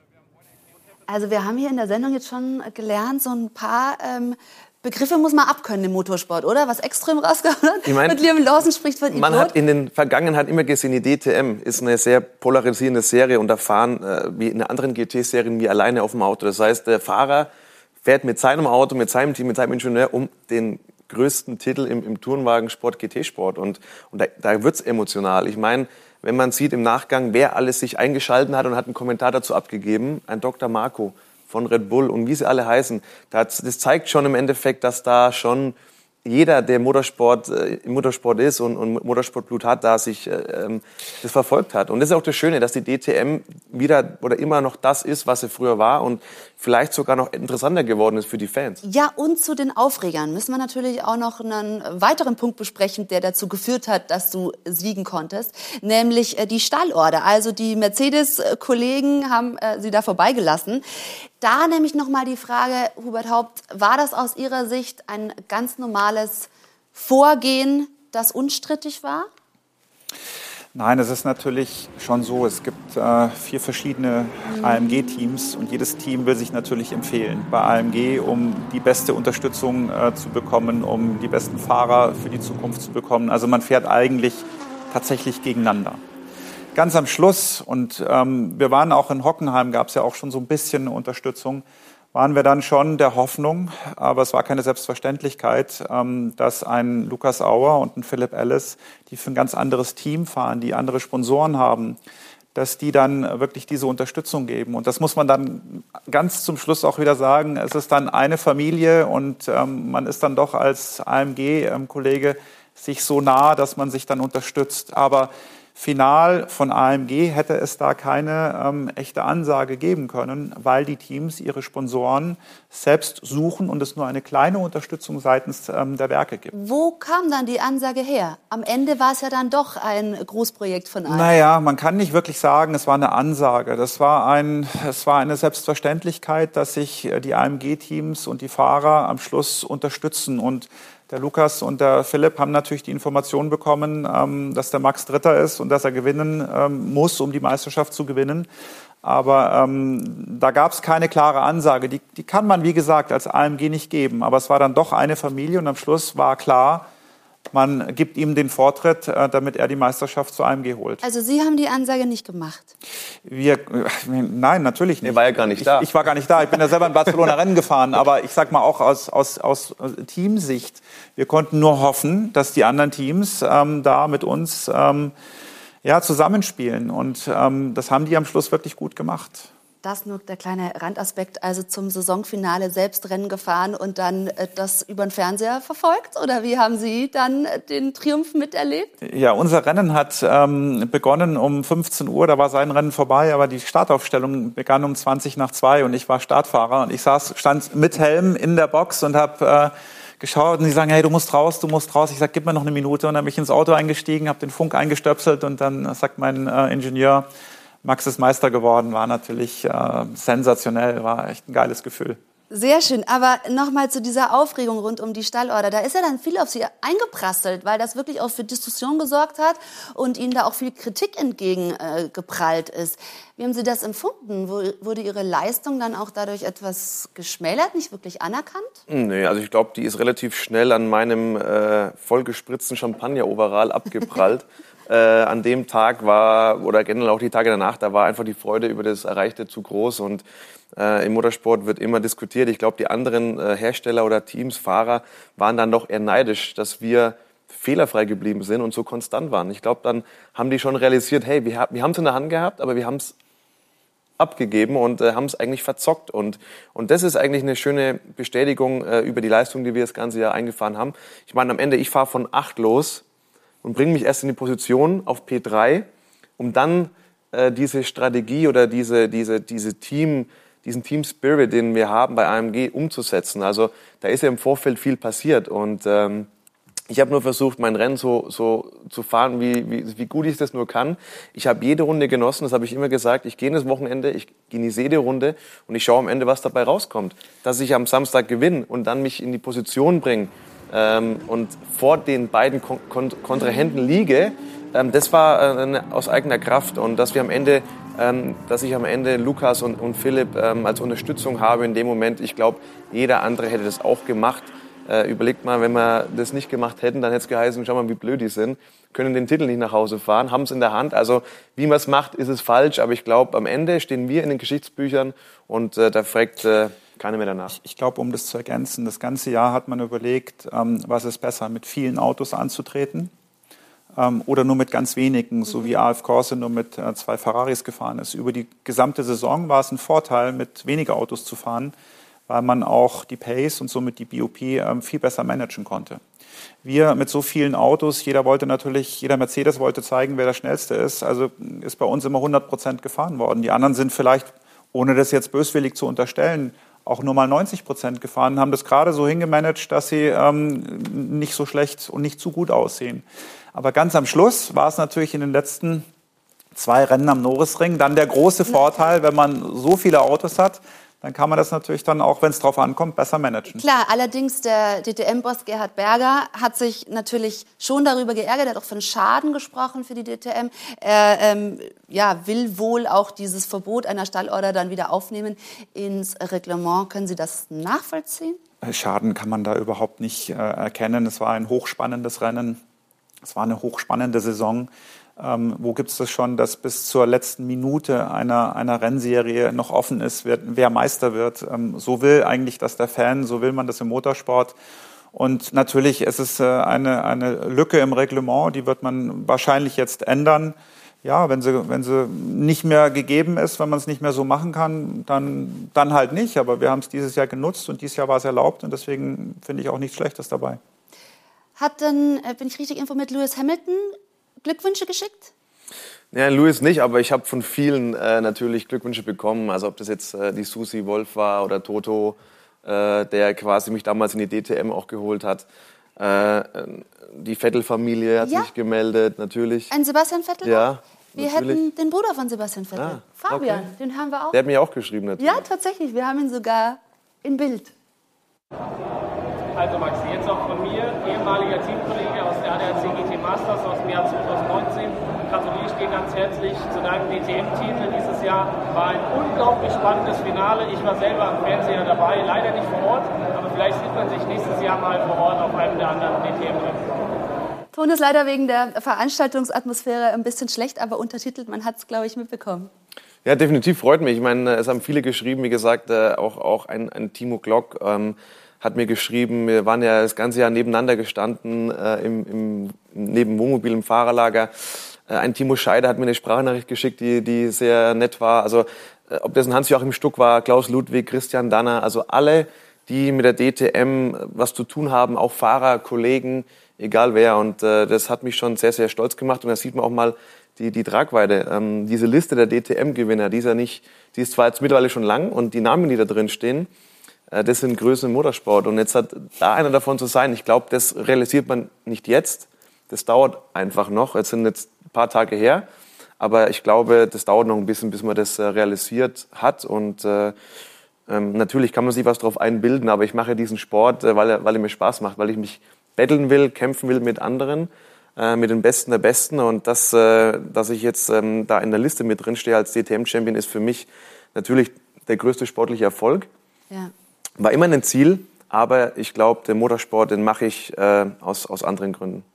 A: Also wir haben hier in der Sendung jetzt schon gelernt, so ein paar ähm, Begriffe muss man abkönnen im Motorsport, oder? Was extrem rausgehauen hat.
B: Ich mein,
A: mit Liam Lawson spricht von Idiot.
B: Man hat in den Vergangenheit immer gesehen, die D T M ist eine sehr polarisierende Serie und da fahren äh, wie in anderen G T-Serien wie alleine auf dem Auto. Das heißt, der Fahrer fährt mit seinem Auto, mit seinem Team, mit seinem Ingenieur um den größten Titel im, im Tourenwagensport, G T-Sport. Und, und da, da wird's emotional. Ich meine, wenn man sieht im Nachgang, wer alles sich eingeschalten hat und hat einen Kommentar dazu abgegeben, ein Doktor Marco von Red Bull und wie sie alle heißen, das zeigt schon im Endeffekt, dass da schon jeder, der Motorsport, äh, im Motorsport ist und, und Motorsportblut hat, da sich äh, das verfolgt hat. Und das ist auch das Schöne, dass die D T M wieder oder immer noch das ist, was sie früher war und vielleicht sogar noch interessanter geworden ist für die Fans.
A: Ja, und zu den Aufregern müssen wir natürlich auch noch einen weiteren Punkt besprechen, der dazu geführt hat, dass du siegen konntest, nämlich äh, die Stallorder. Also die Mercedes-Kollegen haben äh, sie da vorbeigelassen. Da nämlich nochmal die Frage, Hubert Haupt, war das aus Ihrer Sicht ein ganz normales Vorgehen, das unstrittig war?
C: Nein, es ist natürlich schon so, es gibt äh, vier verschiedene mhm. A M G-Teams und jedes Team will sich natürlich empfehlen bei A M G, um die beste Unterstützung äh, zu bekommen, um die besten Fahrer für die Zukunft zu bekommen. Also man fährt eigentlich tatsächlich gegeneinander. Ganz am Schluss, und ähm, wir waren auch in Hockenheim, gab es ja auch schon so ein bisschen Unterstützung, waren wir dann schon der Hoffnung, aber es war keine Selbstverständlichkeit, ähm, dass ein Lukas Auer und ein Philipp Ellis, die für ein ganz anderes Team fahren, die andere Sponsoren haben, dass die dann wirklich diese Unterstützung geben. Und das muss man dann ganz zum Schluss auch wieder sagen, es ist dann eine Familie und ähm, man ist dann doch als A M G-Kollege sich so nah, dass man sich dann unterstützt. Aber final von A M G hätte es da keine ähm, echte Ansage geben können, weil die Teams ihre Sponsoren selbst suchen und es nur eine kleine Unterstützung seitens ähm, der Werke gibt.
A: Wo kam dann die Ansage her? Am Ende war es ja dann doch ein Großprojekt von A M G.
C: Naja, man kann nicht wirklich sagen, es war eine Ansage. Das war, ein, es war eine Selbstverständlichkeit, dass sich die A M G-Teams und die Fahrer am Schluss unterstützen. Und der Lukas und der Philipp haben natürlich die Information bekommen, dass der Max Dritter ist und dass er gewinnen muss, um die Meisterschaft zu gewinnen. Aber ähm, da gab es keine klare Ansage. Die, die kann man, wie gesagt, als A M G nicht geben. Aber es war dann doch eine Familie und am Schluss war klar, man gibt ihm den Vortritt, äh, damit er die Meisterschaft zu A M G holt.
A: Also Sie haben die Ansage nicht gemacht?
C: Wir, nein, natürlich nicht.
B: Er war ja gar nicht da.
C: Ich, ich war gar nicht da. Ich bin ja selber in Barcelona Rennen gefahren. Aber ich sag mal auch aus, aus, aus Teamsicht, wir konnten nur hoffen, dass die anderen Teams ähm, da mit uns ähm, ja, zusammenspielen. Und ähm, das haben die am Schluss wirklich gut gemacht.
A: Das nur der kleine Randaspekt, also zum Saisonfinale selbst Rennen gefahren und dann äh, das über den Fernseher verfolgt? Oder wie haben Sie dann äh, den Triumph miterlebt?
C: Ja, unser Rennen hat ähm, begonnen um fünfzehn Uhr, da war sein Rennen vorbei, aber die Startaufstellung begann um zwanzig nach zwei und ich war Startfahrer und ich saß, stand mit Helm in der Box und habe äh, geschaut und die sagen, hey, du musst raus, du musst raus. Ich sag, gib mir noch eine Minute und dann bin ich ins Auto eingestiegen, habe den Funk eingestöpselt und dann sagt mein äh, Ingenieur, Max ist Meister geworden, war natürlich äh, sensationell, war echt ein geiles Gefühl.
A: Sehr schön, aber nochmal zu dieser Aufregung rund um die Stallorder. Da ist ja dann viel auf Sie eingeprasselt, weil das wirklich auch für Diskussion gesorgt hat und Ihnen da auch viel Kritik entgegengeprallt äh, ist. Wie haben Sie das empfunden? Wurde Ihre Leistung dann auch dadurch etwas geschmälert, nicht wirklich anerkannt?
B: Nee, also ich glaube, die ist relativ schnell an meinem äh, vollgespritzten Champagner-Overall abgeprallt. Äh, an dem Tag war, oder generell auch die Tage danach, da war einfach die Freude über das Erreichte zu groß und äh, im Motorsport wird immer diskutiert. Ich glaube, die anderen äh, Hersteller oder Teams, Fahrer waren dann doch eher neidisch, dass wir fehlerfrei geblieben sind und so konstant waren. Ich glaube, dann haben die schon realisiert, hey, wir, wir haben es in der Hand gehabt, aber wir haben es abgegeben und äh, haben es eigentlich verzockt. Und, und das ist eigentlich eine schöne Bestätigung äh, über die Leistung, die wir das ganze Jahr eingefahren haben. Ich meine, am Ende, ich fahre von acht los und bringe mich erst in die Position auf P drei, um dann äh, diese Strategie oder diese, diese, diese Team, diesen Team Spirit, den wir haben bei A M G, umzusetzen. Also da ist ja im Vorfeld viel passiert und ähm, ich habe nur versucht, mein Rennen so, so zu fahren, wie, wie, wie gut ich das nur kann. Ich habe jede Runde genossen, das habe ich immer gesagt. Ich gehe in das Wochenende, ich genieße jede Runde und ich schaue am Ende, was dabei rauskommt. Dass ich am Samstag gewinne und dann mich in die Position bringe, Ähm, und vor den beiden Kon- Kon- Kontrahenten liege, ähm, das war äh, eine, aus eigener Kraft und dass wir am Ende, ähm, dass ich am Ende Lukas und, und Philipp ähm, als Unterstützung habe in dem Moment. Ich glaube, jeder andere hätte das auch gemacht. Äh, überlegt mal, wenn wir das nicht gemacht hätten, dann hätte es geheißen, schau mal, wie blöd die sind, können den Titel nicht nach Hause fahren, haben es in der Hand. Also wie man es macht, ist es falsch, aber ich glaube, am Ende stehen wir in den Geschichtsbüchern und äh, da fragt äh, keiner mehr danach.
C: Ich, ich glaube, um das zu ergänzen, das ganze Jahr hat man überlegt, ähm, was ist besser, mit vielen Autos anzutreten ähm, oder nur mit ganz wenigen, so wie A F Corse nur mit äh, zwei Ferraris gefahren ist. Über die gesamte Saison war es ein Vorteil, mit weniger Autos zu fahren, weil man auch die Pace und somit die B O P ähm, viel besser managen konnte. Wir mit so vielen Autos, jeder wollte natürlich, jeder Mercedes wollte zeigen, wer der Schnellste ist, also ist bei uns immer hundert Prozent gefahren worden. Die anderen sind vielleicht, ohne das jetzt böswillig zu unterstellen, auch nur mal neunzig Prozent gefahren, haben das gerade so hingemanagt, dass sie ähm, nicht so schlecht und nicht zu gut aussehen. Aber ganz am Schluss war es natürlich in den letzten zwei Rennen am Norrisring dann der große Vorteil, wenn man so viele Autos hat, dann kann man das natürlich dann auch, wenn es drauf ankommt, besser managen.
A: Klar, allerdings der D T M-Boss Gerhard Berger hat sich natürlich schon darüber geärgert, er hat auch von Schaden gesprochen für die D T M. Er ähm, ja, will wohl auch dieses Verbot einer Stallorder dann wieder aufnehmen ins Reglement. Können Sie das nachvollziehen?
C: Schaden kann man da überhaupt nicht äh, erkennen. Es war ein hochspannendes Rennen, es war eine hochspannende Saison. Ähm, wo gibt es das schon, dass bis zur letzten Minute einer, einer Rennserie noch offen ist, wer, wer Meister wird? Ähm, so will eigentlich das der Fan, so will man das im Motorsport. Und natürlich ist es äh, eine, eine Lücke im Reglement, die wird man wahrscheinlich jetzt ändern. Ja, wenn sie, wenn sie nicht mehr gegeben ist, wenn man es nicht mehr so machen kann, dann, dann halt nicht. Aber wir haben es dieses Jahr genutzt und dieses Jahr war es erlaubt und deswegen finde ich auch nichts Schlechtes dabei.
A: Hat denn, bin ich richtig informiert, Lewis Hamilton Glückwünsche geschickt?
B: Ja, Lewis nicht, aber ich habe von vielen äh, natürlich Glückwünsche bekommen. Also ob das jetzt äh, die Susi Wolf war oder Toto, äh, der quasi mich damals in die D T M auch geholt hat. Äh, die Vettel-Familie hat
A: ja.
B: sich gemeldet, natürlich.
A: Ein Sebastian Vettel?
B: Ja,
A: Wir
B: natürlich.
A: hätten den Bruder von Sebastian Vettel,
B: Ah,
A: Fabian,
B: okay.
A: den haben wir auch.
B: Der hat mir auch geschrieben, natürlich.
A: Ja, tatsächlich, wir haben ihn sogar in Bild.
J: Also Maxi, jetzt auch von mir, ehemaliger Teamkollege aus der A D A C G T Masters aus dem Jahr zweitausendneunzehn. Gratuliere ich dir ganz herzlich zu deinem D T M-Titel dieses Jahr. War ein unglaublich spannendes Finale. Ich war selber am Fernseher dabei, leider nicht vor Ort, aber vielleicht sieht man sich nächstes Jahr mal vor Ort auf einem der anderen D T M-Rennen.
A: Ton ist leider wegen der Veranstaltungsatmosphäre ein bisschen schlecht, aber untertitelt, man hat es, glaube ich, mitbekommen.
B: Ja, definitiv freut mich. Ich meine, es haben viele geschrieben, wie gesagt, auch, auch ein, ein Timo Glock ähm, hat mir geschrieben, wir waren ja das ganze Jahr nebeneinander gestanden, äh, im, im, neben Wohnmobil im Fahrerlager. Äh, ein Timo Scheider hat mir eine Sprachnachricht geschickt, die, die sehr nett war. Also äh, ob das ein Hans-Joachim Stuck war, Klaus Ludwig, Christian Danner, also alle, die mit der D T M was zu tun haben, auch Fahrer, Kollegen, egal wer. Und äh, das hat mich schon sehr, sehr stolz gemacht. Und da sieht man auch mal die, die Tragweite. Ähm, diese Liste der D T M-Gewinner, die ist ja nicht, die ist zwar jetzt mittlerweile schon lang und die Namen, die da drin stehen, äh, das sind Größen im Motorsport. Und jetzt hat da einer davon zu sein, ich glaube, das realisiert man nicht jetzt. Das dauert einfach noch. Jetzt sind jetzt ein paar Tage her. Aber ich glaube, das dauert noch ein bisschen, bis man das äh, realisiert hat. Und äh, ähm, natürlich kann man sich was drauf einbilden, aber ich mache diesen Sport, äh, weil, er, weil er mir Spaß macht, weil ich mich betteln will, kämpfen will mit anderen, äh, mit den Besten der Besten. Und das, äh, dass ich jetzt ähm, da in der Liste mit drin stehe als D T M-Champion, ist für mich natürlich der größte sportliche Erfolg.
A: Ja.
B: War immer ein Ziel, aber ich glaube, den Motorsport, den mache ich äh, aus, aus anderen Gründen.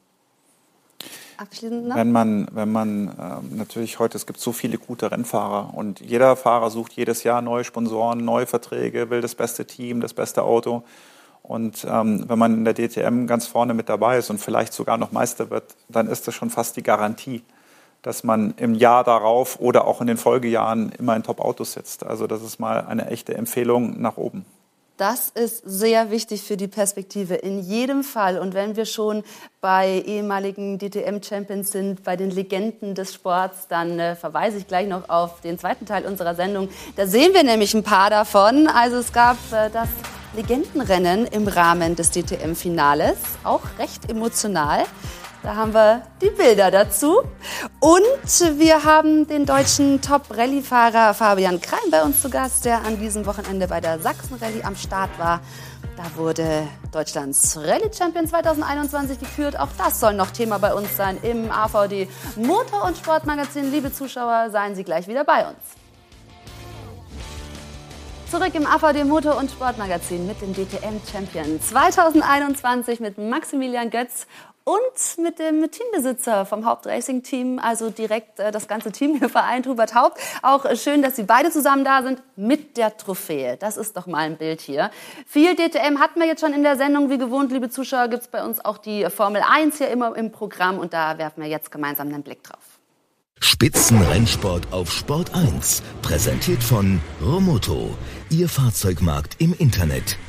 A: Abschließend noch?
C: Wenn man, wenn man ähm, natürlich heute, es gibt so viele gute Rennfahrer und jeder Fahrer sucht jedes Jahr neue Sponsoren, neue Verträge, will das beste Team, das beste Auto. Und ähm, wenn man in der D T M ganz vorne mit dabei ist und vielleicht sogar noch Meister wird, dann ist das schon fast die Garantie, dass man im Jahr darauf oder auch in den Folgejahren immer in Top-Autos sitzt. Also das ist mal eine echte Empfehlung nach oben.
A: Das ist sehr wichtig für die Perspektive, in jedem Fall. Und wenn wir schon bei ehemaligen D T M-Champions sind, bei den Legenden des Sports, dann äh, verweise ich gleich noch auf den zweiten Teil unserer Sendung. Da sehen wir nämlich ein paar davon. Also es gab äh, das Legendenrennen im Rahmen des D T M-Finales, auch recht emotional. Da haben wir die Bilder dazu. Und wir haben den deutschen Top-Rallye-Fahrer Fabian Krein bei uns zu Gast, der an diesem Wochenende bei der Sachsen-Rallye am Start war. Da wurde Deutschlands Rallye-Champion zwanzig einundzwanzig gekürt. Auch das soll noch Thema bei uns sein im A V D Motor- und Sportmagazin. Liebe Zuschauer, seien Sie gleich wieder bei uns. Zurück im A V D Motor- und Sportmagazin mit dem D T M-Champion zwanzig einundzwanzig mit Maximilian Götz und mit dem Teambesitzer vom Haupt-Racing-Team, also direkt äh, das ganze Team hier vereint, Hubert Haupt. Auch äh, schön, dass Sie beide zusammen da sind mit der Trophäe. Das ist doch mal ein Bild hier. Viel D T M hatten wir jetzt schon in der Sendung. Wie gewohnt, liebe Zuschauer, gibt es bei uns auch die Formel eins hier immer im Programm. Und da werfen wir jetzt gemeinsam einen Blick drauf.
K: Spitzenrennsport auf Sport eins, präsentiert von Romoto, Ihr Fahrzeugmarkt im Internet.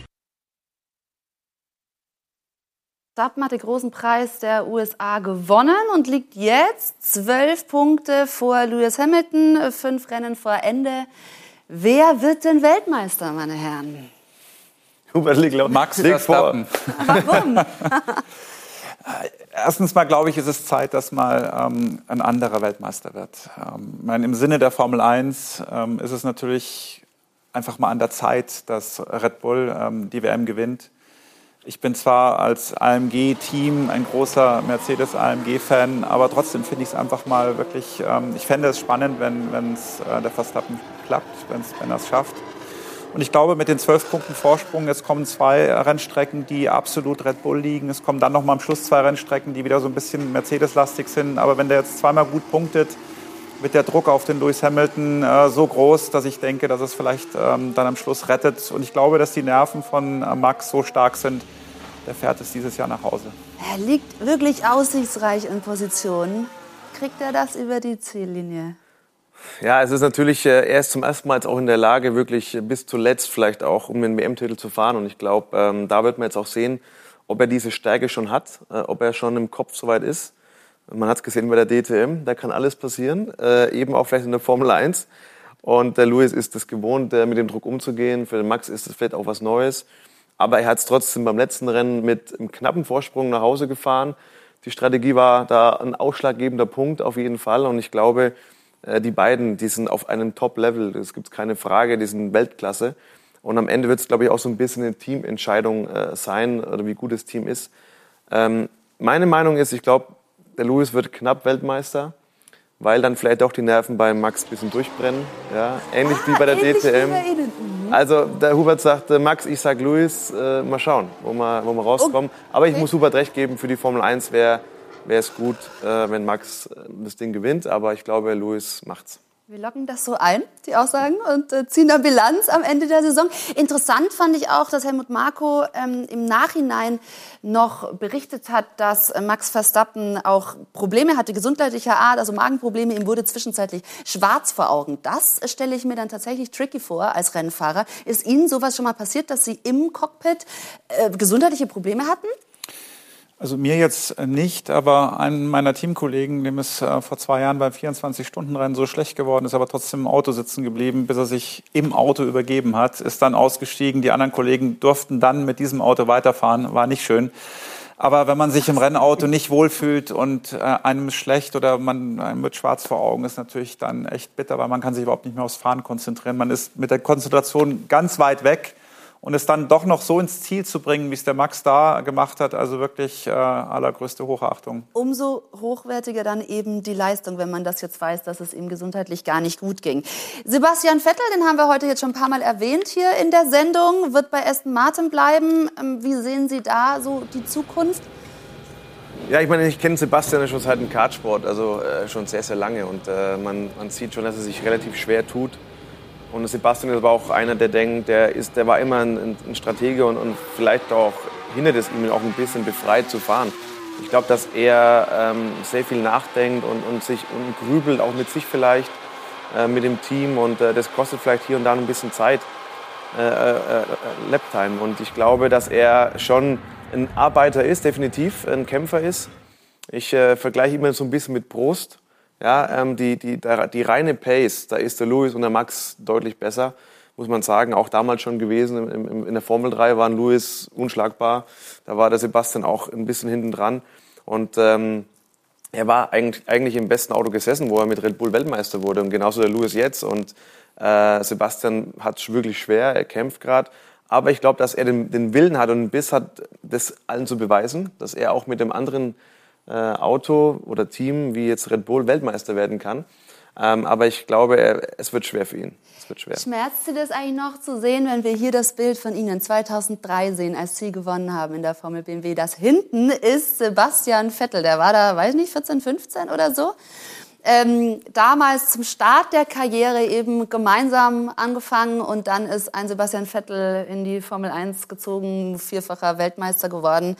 A: Verstappen hat den großen Preis der U S A gewonnen und liegt jetzt zwölf Punkte vor Lewis Hamilton, fünf Rennen vor Ende. Wer wird denn Weltmeister, meine Herren?
B: Hubert liegt, glaub,
C: Max
B: liegt
C: Verstappen.
A: Warum?
C: Erstens mal, glaube ich, ist es Zeit, dass mal ähm, ein anderer Weltmeister wird. Ähm, ich meine, im Sinne der Formel eins ähm, ist es natürlich einfach mal an der Zeit, dass Red Bull ähm, die W M gewinnt. Ich bin zwar als A M G-Team ein großer Mercedes-A M G-Fan, aber trotzdem finde ich es einfach mal wirklich, ähm, ich fände es spannend, wenn es äh, der Verstappen klappt, wenn's, wenn er es schafft. Und ich glaube, mit den zwölf Punkten Vorsprung, jetzt kommen zwei Rennstrecken, die absolut Red Bull liegen. Es kommen dann noch mal am Schluss zwei Rennstrecken, die wieder so ein bisschen Mercedes-lastig sind. Aber wenn der jetzt zweimal gut punktet, wird der Druck auf den Lewis Hamilton äh, so groß, dass ich denke, dass es vielleicht ähm, dann am Schluss rettet. Und ich glaube, dass die Nerven von äh, Max so stark sind, der fährt es dieses Jahr nach Hause.
A: Er liegt wirklich aussichtsreich in Position. Kriegt er das über die Ziellinie?
B: Ja, es ist natürlich, er ist zum ersten Mal jetzt auch in der Lage, wirklich bis zuletzt vielleicht auch um den W M-Titel zu fahren. Und ich glaube, ähm, da wird man jetzt auch sehen, ob er diese Stärke schon hat, äh, ob er schon im Kopf soweit ist. Man hat es gesehen bei der D T M, da kann alles passieren, äh, eben auch vielleicht in der Formel eins. Und der Lewis ist es gewohnt, äh, mit dem Druck umzugehen. Für den Max ist es vielleicht auch was Neues. Aber er hat es trotzdem beim letzten Rennen mit einem knappen Vorsprung nach Hause gefahren. Die Strategie war da ein ausschlaggebender Punkt auf jeden Fall. Und ich glaube, die beiden, die sind auf einem Top-Level. Es gibt keine Frage, die sind Weltklasse. Und am Ende wird es, glaube ich, auch so ein bisschen eine Teamentscheidung äh, sein, oder wie gut das Team ist. Ähm, meine Meinung ist, ich glaube, der Lewis wird knapp Weltmeister, weil dann vielleicht auch die Nerven bei Max ein bisschen durchbrennen. Ja? Ähnlich ah, wie bei der
A: ähnlich
B: D T M.
A: Wie bei Ihnen.
B: Mhm. Also der Hubert sagte, Max, ich sag Lewis, äh, mal schauen, wo wir, wo wir rauskommen. Oh, aber ich okay. muss Hubert recht geben, für die Formel eins wäre es gut, äh, wenn Max das Ding gewinnt. Aber ich glaube, Lewis macht's.
A: Wir locken das so ein, die Aussagen, und äh, ziehen eine Bilanz am Ende der Saison. Interessant fand ich auch, dass Helmut Marko ähm, im Nachhinein noch berichtet hat, dass äh, Max Verstappen auch Probleme hatte, gesundheitlicher Art, also Magenprobleme. Ihm wurde zwischenzeitlich schwarz vor Augen. Das äh, stelle ich mir dann tatsächlich tricky vor als Rennfahrer. Ist Ihnen sowas schon mal passiert, dass Sie im Cockpit äh, gesundheitliche Probleme hatten?
C: Also mir jetzt nicht, aber einem meiner Teamkollegen, dem ist äh, vor zwei Jahren beim vierundzwanzig-Stunden-Rennen so schlecht geworden, ist aber trotzdem im Auto sitzen geblieben, bis er sich im Auto übergeben hat, ist dann ausgestiegen. Die anderen Kollegen durften dann mit diesem Auto weiterfahren, war nicht schön. Aber wenn man sich im Rennauto nicht wohlfühlt und äh, einem ist schlecht oder man einem wird schwarz vor Augen, ist natürlich dann echt bitter, weil man kann sich überhaupt nicht mehr aufs Fahren konzentrieren. Man ist mit der Konzentration ganz weit weg. Und es dann doch noch so ins Ziel zu bringen, wie es der Max da gemacht hat, also wirklich äh, allergrößte Hochachtung.
A: Umso hochwertiger dann eben die Leistung, wenn man das jetzt weiß, dass es ihm gesundheitlich gar nicht gut ging. Sebastian Vettel, den haben wir heute jetzt schon ein paar Mal erwähnt hier in der Sendung, wird bei Aston Martin bleiben. Wie sehen Sie da so die Zukunft?
B: Ja, ich meine, ich kenne Sebastian schon seit dem Kartsport, also äh, schon sehr, sehr lange. Und äh, man, man sieht schon, dass er sich relativ schwer tut. Und Sebastian ist aber auch einer, der denkt, der, ist, der war immer ein, ein Stratege und, und vielleicht auch hindert es ihm auch ein bisschen befreit zu fahren. Ich glaube, dass er ähm, sehr viel nachdenkt und, und sich und grübelt, auch mit sich vielleicht, äh, mit dem Team. Und äh, das kostet vielleicht hier und da ein bisschen Zeit, äh, äh, Laptime. Und ich glaube, dass er schon ein Arbeiter ist, definitiv ein Kämpfer ist. Ich äh, vergleiche immer so ein bisschen mit Prost. Ja, ähm, die, die, die reine Pace, da ist der Lewis und der Max deutlich besser, muss man sagen. Auch damals schon gewesen, im, im, in der Formel drei waren Lewis unschlagbar. Da war der Sebastian auch ein bisschen hinten dran. Und ähm, er war eigentlich, eigentlich im besten Auto gesessen, wo er mit Red Bull Weltmeister wurde. Und genauso der Lewis jetzt. Und äh, Sebastian hat es wirklich schwer, er kämpft gerade. Aber ich glaube, dass er den, den Willen hat und den Biss hat, das allen zu beweisen, dass er auch mit dem anderen Auto oder Team wie jetzt Red Bull Weltmeister werden kann. Ähm, aber ich glaube, er, es wird schwer für ihn. Es wird schwer.
A: Schmerzt Sie das eigentlich noch zu sehen, wenn wir hier das Bild von Ihnen zweitausenddrei sehen, als Sie gewonnen haben in der Formel B M W? Das hinten ist Sebastian Vettel. Der war da, weiß nicht, vierzehn, fünfzehn oder so. Ähm, damals zum Start der Karriere eben gemeinsam angefangen und dann ist ein Sebastian Vettel in die Formel eins gezogen, vierfacher Weltmeister geworden.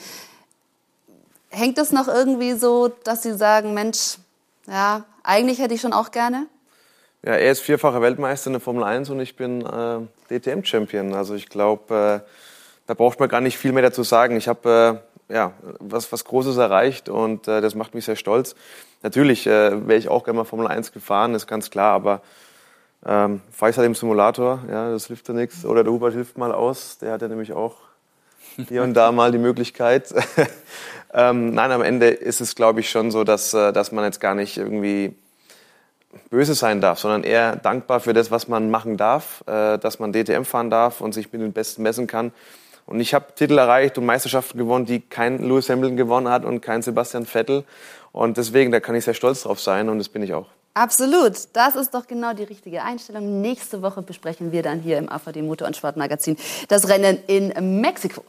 A: Hängt es noch irgendwie so, dass Sie sagen, Mensch, ja, eigentlich hätte ich schon auch gerne?
B: Ja, er ist vierfacher Weltmeister in der Formel eins und ich bin äh, D T M-Champion. Also ich glaube, äh, da braucht man gar nicht viel mehr dazu sagen. Ich habe äh, ja, was, was Großes erreicht und äh, das macht mich sehr stolz. Natürlich äh, wäre ich auch gerne mal Formel eins gefahren, ist ganz klar, aber ähm, fahre ich halt im Simulator, ja, das hilft ja nichts. Oder der Hubert hilft mal aus, der hat ja nämlich auch hier und da mal die Möglichkeit. ähm, nein, am Ende ist es, glaube ich, schon so, dass, dass man jetzt gar nicht irgendwie böse sein darf, sondern eher dankbar für das, was man machen darf, äh, dass man D T M fahren darf und sich mit den Besten messen kann. Und ich habe Titel erreicht und Meisterschaften gewonnen, die kein Lewis Hamilton gewonnen hat und kein Sebastian Vettel. Und deswegen, da kann ich sehr stolz drauf sein und das bin ich auch.
A: Absolut, das ist doch genau die richtige Einstellung. Nächste Woche besprechen wir dann hier im A V D Motor- und Sportmagazin das Rennen in Mexiko.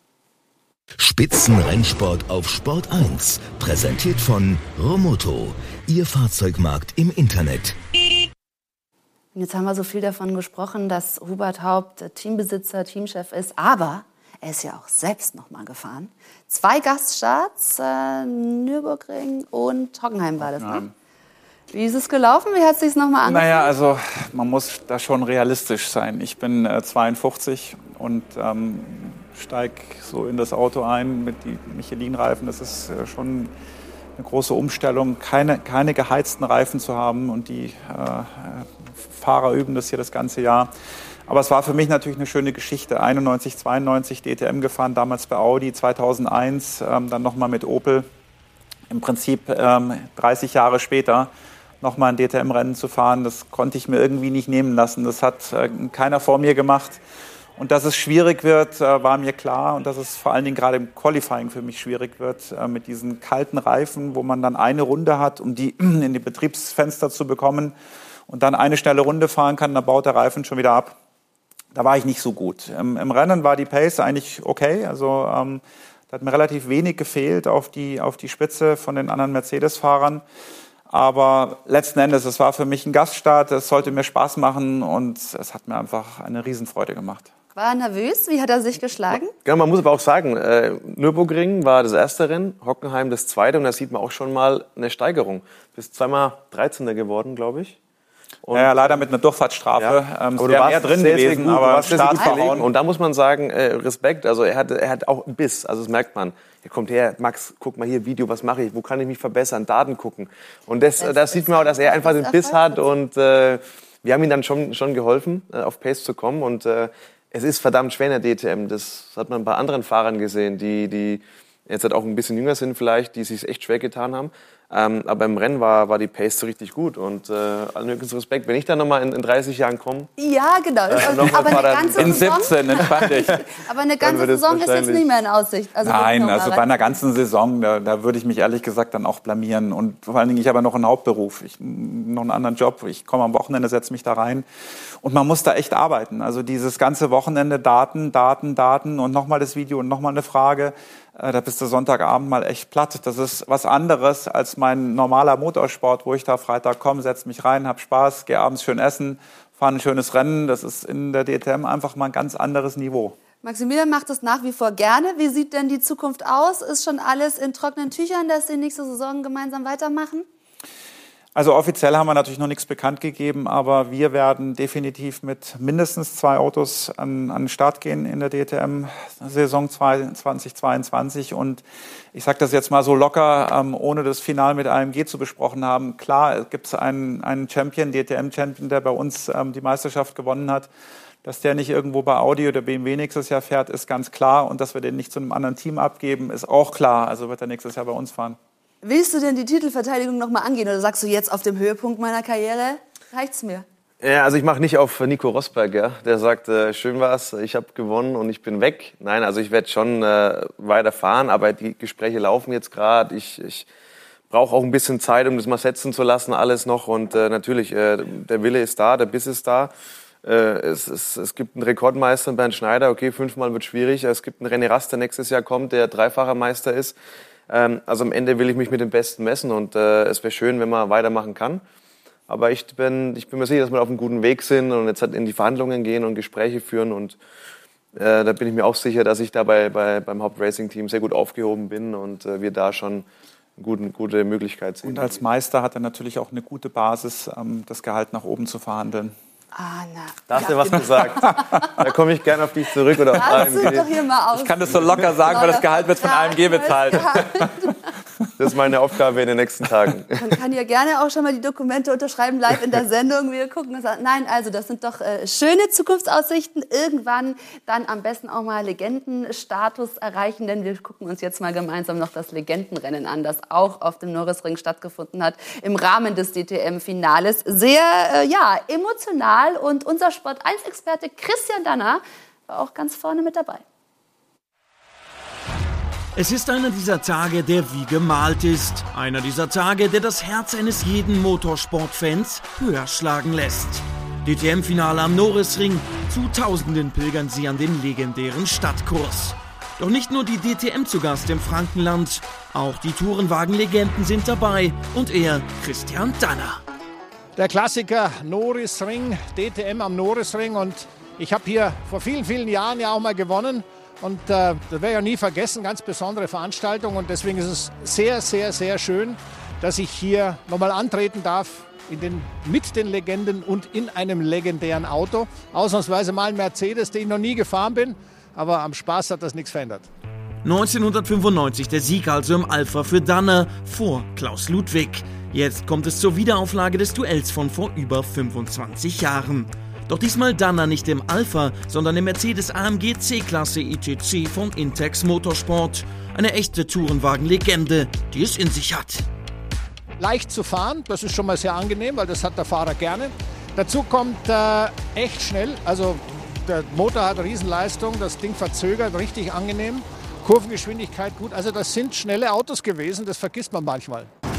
K: Spitzenrennsport auf Sport eins, präsentiert von Romoto, Ihr Fahrzeugmarkt im Internet.
A: Jetzt haben wir so viel davon gesprochen, dass Hubert Haupt Teambesitzer, Teamchef ist, aber er ist ja auch selbst noch mal gefahren. Zwei Gaststarts, äh, Nürburgring und Hockenheim war das, ne? Wie ist es gelaufen? Wie hat es sich nochmal angefühlt?
C: Naja, also man muss da schon realistisch sein. Ich bin äh, zweiundfünfzig und ähm, steige so in das Auto ein mit den Michelin-Reifen. Das ist äh, schon eine große Umstellung, keine, keine geheizten Reifen zu haben. Und die äh, Fahrer üben das hier das ganze Jahr. Aber es war für mich natürlich eine schöne Geschichte. einundneunzig, zweiundneunzig D T M gefahren, damals bei Audi, zweitausendeins ähm, dann nochmal mit Opel. Im Prinzip ähm, dreißig Jahre später nochmal ein D T M-Rennen zu fahren, das konnte ich mir irgendwie nicht nehmen lassen. Das hat äh, keiner vor mir gemacht. Und dass es schwierig wird, äh, war mir klar. Und dass es vor allen Dingen gerade im Qualifying für mich schwierig wird, äh, mit diesen kalten Reifen, wo man dann eine Runde hat, um die in die Betriebsfenster zu bekommen und dann eine schnelle Runde fahren kann, dann baut der Reifen schon wieder ab. da war ich nicht so gut. Im, im Rennen war die Pace eigentlich okay, also ähm, da hat mir relativ wenig gefehlt auf die, auf die Spitze von den anderen Mercedes-Fahrern. Aber letzten Endes, es war für mich ein Gaststart, es sollte mir Spaß machen und es hat mir einfach eine Riesenfreude gemacht.
A: War er nervös? Wie hat er sich geschlagen?
B: Ja, man muss aber auch sagen, äh, Nürburgring war das erste Rennen, Hockenheim das zweite und da sieht man auch schon mal eine Steigerung. Bis zweimal dreizehnter geworden, glaube ich.
C: Und ja, ja, leider mit einer Durchfahrtsstrafe.
B: Ja.
C: Ähm, es wäre mehr drin
B: sehr,
C: gewesen,
B: sehr gut,
C: aber Start verhauen.
B: Und da muss man sagen, äh, Respekt, also er hat, er hat auch einen Biss, also das merkt man. Hier kommt her, Max, guck mal hier, Video, was mache ich, wo kann ich mich verbessern, Daten gucken. Und das, das, das sieht man auch, dass er einfach den Biss hat und äh, wir haben ihm dann schon, schon geholfen, äh, auf Pace zu kommen und äh, es ist verdammt schwer in der D T M, das hat man bei anderen Fahrern gesehen, die, die jetzt halt auch ein bisschen jünger sind vielleicht, die sich echt schwer getan haben. Ähm, aber im Rennen war, war die Pace so richtig gut und äh, allen höchsten Respekt. Wenn ich dann nochmal in, in dreißig Jahren komme.
A: Ja, genau.
B: Äh,
A: aber eine ganze
C: in
A: Saison,
C: siebzehn, entspann dich.
A: Aber eine ganze Saison ist jetzt nicht mehr in Aussicht. Also
C: Nein, also bei einer ganzen Saison, da, da würde ich mich ehrlich gesagt dann auch blamieren. Und vor allen Dingen, ich habe ja noch einen Hauptberuf, ich, noch einen anderen Job. Ich komme am Wochenende, setze mich da rein. Und man muss da echt arbeiten. Also dieses ganze Wochenende Daten, Daten, Daten und nochmal das Video und nochmal eine Frage. Da bist du Sonntagabend mal echt platt. Das ist was anderes als mein normaler Motorsport, wo ich da Freitag komme, setze mich rein, hab Spaß, gehe abends schön essen, fahre ein schönes Rennen. Das ist in der D T M einfach mal ein ganz anderes Niveau.
A: Maximilian macht das nach wie vor gerne. Wie sieht denn die Zukunft aus? Ist schon alles in trockenen Tüchern, dass Sie nächste Saison gemeinsam weitermachen?
C: Also offiziell haben wir natürlich noch nichts bekannt gegeben, aber wir werden definitiv mit mindestens zwei Autos an, an den Start gehen in der D T M-Saison zweitausendzweiundzwanzig. Und ich sage das jetzt mal so locker, ähm, ohne das Final mit A M G zu besprochen haben. Klar, gibt es einen, einen Champion, D T M-Champion, der bei uns ähm, die Meisterschaft gewonnen hat. Dass der nicht irgendwo bei Audi oder B M W nächstes Jahr fährt, ist ganz klar. Und dass wir den nicht zu einem anderen Team abgeben, ist auch klar. Also wird er nächstes Jahr bei uns fahren.
A: Willst du denn die Titelverteidigung noch mal angehen oder sagst du jetzt auf dem Höhepunkt meiner Karriere, reicht's mir?
B: Ja, also ich mache nicht auf Nico Rosberg, ja. Der sagt, äh, schön war's, ich habe gewonnen und ich bin weg. Nein, also ich werde schon äh, weiterfahren, aber die Gespräche laufen jetzt gerade. Ich, ich brauche auch ein bisschen Zeit, um das mal setzen zu lassen, alles noch. Und äh, natürlich, äh, der Wille ist da, der Biss ist da. Äh, es, es, es gibt einen Rekordmeister, Bernd Schneider, okay, fünfmal wird schwierig. Es gibt einen René Rast, der nächstes Jahr kommt, der dreifacher Meister ist. Also am Ende will ich mich mit dem Besten messen und äh, es wäre schön, wenn man weitermachen kann. Aber ich bin, ich bin mir sicher, dass wir auf einem guten Weg sind und jetzt halt in die Verhandlungen gehen und Gespräche führen. Und äh, da bin ich mir auch sicher, dass ich da bei, bei, beim Hauptracing-Team sehr gut aufgehoben bin und äh, wir da schon eine gute, gute Möglichkeit sehen.
C: Und als Meister hat er natürlich auch eine gute Basis, ähm, das Gehalt nach oben zu verhandeln.
A: Ah, na.
B: Da hast du ja was gesagt. Da komme ich gerne auf dich zurück oder auf A M G.
A: Doch hier mal aus.
C: Ich kann das so locker sagen, weil das Gehalt wird von A M G bezahlt.
B: Das ist meine Aufgabe in den nächsten Tagen.
A: Man kann ja gerne auch schon mal die Dokumente unterschreiben, live in der Sendung. Wir gucken das an. Nein, also das sind doch äh, schöne Zukunftsaussichten. Irgendwann dann am besten auch mal Legendenstatus erreichen, denn wir gucken uns jetzt mal gemeinsam noch das Legendenrennen an, das auch auf dem Norrisring stattgefunden hat, im Rahmen des D T M-Finales. Sehr, äh, ja, emotional. Und unser Sport eins Experte Christian Danner war auch ganz vorne mit dabei.
D: Es ist einer dieser Tage, der wie gemalt ist. Einer dieser Tage, der das Herz eines jeden Motorsportfans höher schlagen lässt. D T M-Finale am Norrisring. Zu Tausenden pilgern sie an den legendären Stadtkurs. Doch nicht nur die D T M zu Gast im Frankenland. Auch die Tourenwagen-Legenden sind dabei. Und er, Christian Danner.
L: Der Klassiker Norrisring, D T M am Norrisring. Und ich habe hier vor vielen, vielen Jahren ja auch mal gewonnen. Und äh, das werde ich ja nie vergessen, ganz besondere Veranstaltung. Und deswegen ist es sehr, sehr, sehr schön, dass ich hier nochmal antreten darf in den, mit den Legenden und in einem legendären Auto. Ausnahmsweise mal ein Mercedes, den ich noch nie gefahren bin. Aber am Spaß hat das nichts verändert.
D: neunzehnhundertfünfundneunzig der Sieg also im Alpha für Danner vor Klaus Ludwig. Jetzt kommt es zur Wiederauflage des Duells von vor über fünfundzwanzig Jahren. Doch diesmal Danner nicht im Alpha, sondern im Mercedes A M G C-Klasse I T C von Intex Motorsport. Eine echte Tourenwagen-Legende, die es in sich hat.
L: Leicht zu fahren, das ist schon mal sehr angenehm, weil das hat der Fahrer gerne. Dazu kommt äh, echt schnell, also der Motor hat Riesenleistung, das Ding verzögert, richtig angenehm. Kurvengeschwindigkeit gut, also das sind schnelle Autos gewesen, das vergisst man manchmal.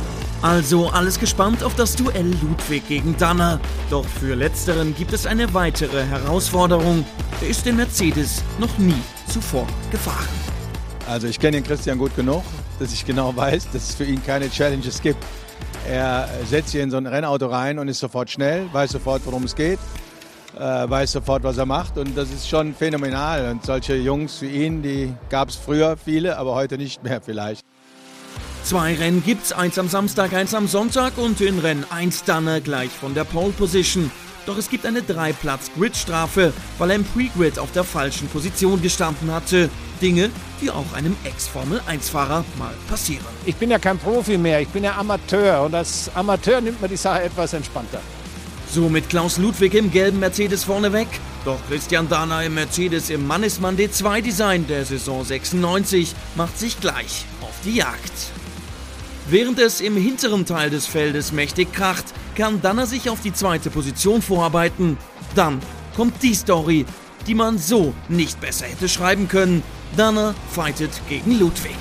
D: Also alles gespannt auf das Duell Ludwig gegen Danner. Doch für Letzteren gibt es eine weitere Herausforderung. Er ist den Mercedes noch nie zuvor gefahren.
M: Also ich kenne den Christian gut genug, dass ich genau weiß, dass es für ihn keine Challenges gibt. Er setzt sich in so ein Rennauto rein und ist sofort schnell, weiß sofort, worum es geht, äh, weiß sofort, was er macht. Und das ist schon phänomenal. Und solche Jungs wie ihn, die gab es früher viele, aber heute nicht mehr vielleicht.
D: Zwei Rennen gibt's, eins am Samstag, eins am Sonntag und in Rennen eins Danner gleich von der Pole Position. Doch es gibt eine Drei-Platz-Grid-Strafe, weil er im Pre-Grid auf der falschen Position gestanden hatte. Dinge, die auch einem Ex-Formel eins Fahrer mal passieren.
L: Ich bin ja kein Profi mehr, ich bin ja Amateur und als Amateur nimmt man die Sache etwas entspannter.
D: So mit Klaus Ludwig im gelben Mercedes vorneweg. Doch Christian Danner im Mercedes im Mannesmann D zwei Design der Saison sechsundneunzig macht sich gleich auf die Jagd. Während es im hinteren Teil des Feldes mächtig kracht, kann Danner sich auf die zweite Position vorarbeiten. Dann kommt die Story, die man so nicht besser hätte schreiben können. Danner fightet gegen Ludwig.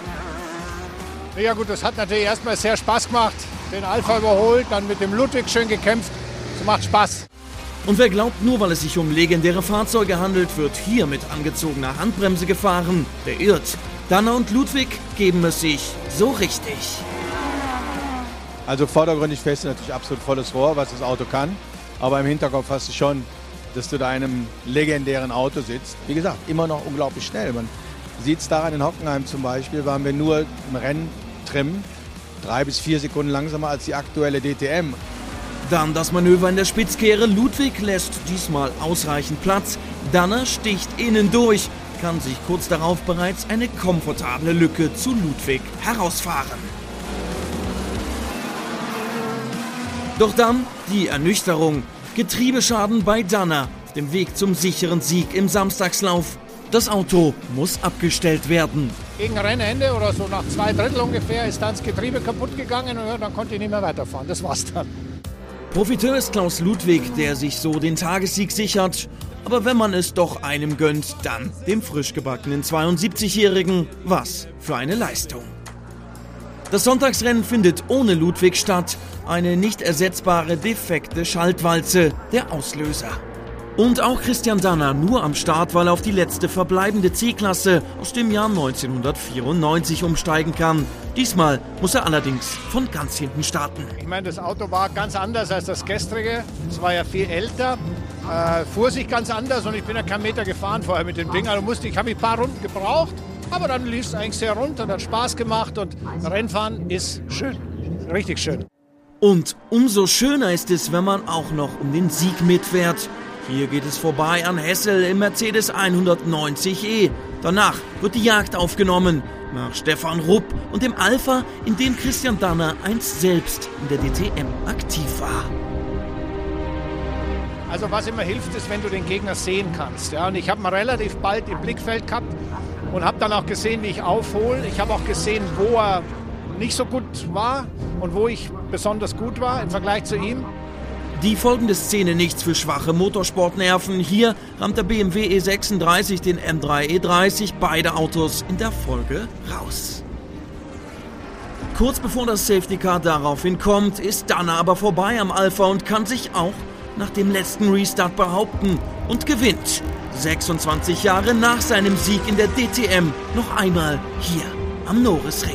L: Ja gut, das hat natürlich erstmal sehr Spaß gemacht. Den Alpha überholt, dann mit dem Ludwig schön gekämpft. Das macht Spaß.
D: Und wer glaubt, nur weil es sich um legendäre Fahrzeuge handelt, wird hier mit angezogener Handbremse gefahren, der irrt. Danner und Ludwig geben es sich so richtig.
M: Also vordergründig fährst du natürlich absolut volles Rohr, was das Auto kann. Aber im Hinterkopf hast du schon, dass du da in einem legendären Auto sitzt. Wie gesagt, immer noch unglaublich schnell. Man sieht es daran, in Hockenheim zum Beispiel waren wir nur im Renntrim drei bis vier Sekunden langsamer als die aktuelle D T M.
D: Dann das Manöver in der Spitzkehre. Ludwig lässt diesmal ausreichend Platz. Danner sticht innen durch, kann sich kurz darauf bereits eine komfortable Lücke zu Ludwig herausfahren. Doch dann die Ernüchterung. Getriebeschaden bei Danner auf dem Weg zum sicheren Sieg im Samstagslauf. Das Auto muss abgestellt werden.
L: Gegen Rennende oder so nach zwei Drittel ungefähr ist dann das Getriebe kaputt gegangen und dann konnte ich nicht mehr weiterfahren. Das war's dann.
D: Profiteur ist Klaus Ludwig, der sich so den Tagessieg sichert. Aber wenn man es doch einem gönnt, dann dem frisch gebackenen zweiundsiebzigjährigen. Was für eine Leistung. Das Sonntagsrennen findet ohne Ludwig statt. Eine nicht ersetzbare, defekte Schaltwalze, der Auslöser. Und auch Christian Danner nur am Start, weil er auf die letzte verbleibende C-Klasse aus dem Jahr neunzehnhundertvierundneunzig umsteigen kann. Diesmal muss er allerdings von ganz hinten starten.
L: Ich meine, das Auto war ganz anders als das gestrige. Es war ja viel älter, äh, fuhr sich ganz anders und ich bin ja keinen Meter gefahren vorher mit dem Ding. Also musste, ich habe ein paar Runden gebraucht, aber dann lief es eigentlich sehr rund und hat Spaß gemacht und Rennfahren ist schön, richtig schön.
D: Und umso schöner ist es, wenn man auch noch um den Sieg mitfährt. Hier geht es vorbei an Hessel im Mercedes hundertneunzig E. Danach wird die Jagd aufgenommen nach Stefan Rupp und dem Alpha, in dem Christian Danner einst selbst in der D T M aktiv war.
L: Also was immer hilft, ist, wenn du den Gegner sehen kannst. Ja? Und ich habe ihn relativ bald im Blickfeld gehabt und habe dann auch gesehen, wie ich aufhole. Ich habe auch gesehen, wo er nicht so gut war und wo ich besonders gut war im Vergleich zu ihm.
D: Die folgende Szene nichts für schwache Motorsportnerven. Hier rammt der B M W E sechsunddreißig den M drei E dreißig, beide Autos in der Folge raus. Kurz bevor das Safety Car daraufhin kommt, ist Danner aber vorbei am Alpha und kann sich auch nach dem letzten Restart behaupten und gewinnt sechsundzwanzig Jahre nach seinem Sieg in der D T M noch einmal hier am Norrisring.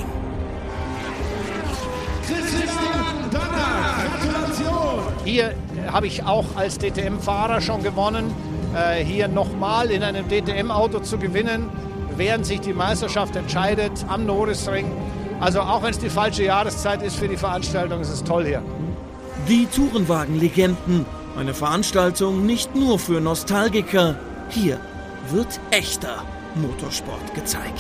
L: Hier habe ich auch als D T M-Fahrer schon gewonnen. Äh, hier nochmal in einem D T M-Auto zu gewinnen, während sich die Meisterschaft entscheidet am Norrisring. Also auch wenn es die falsche Jahreszeit ist für die Veranstaltung, ist es toll hier.
D: Die Tourenwagen-Legenden. Eine Veranstaltung nicht nur für Nostalgiker. Hier wird echter Motorsport gezeigt.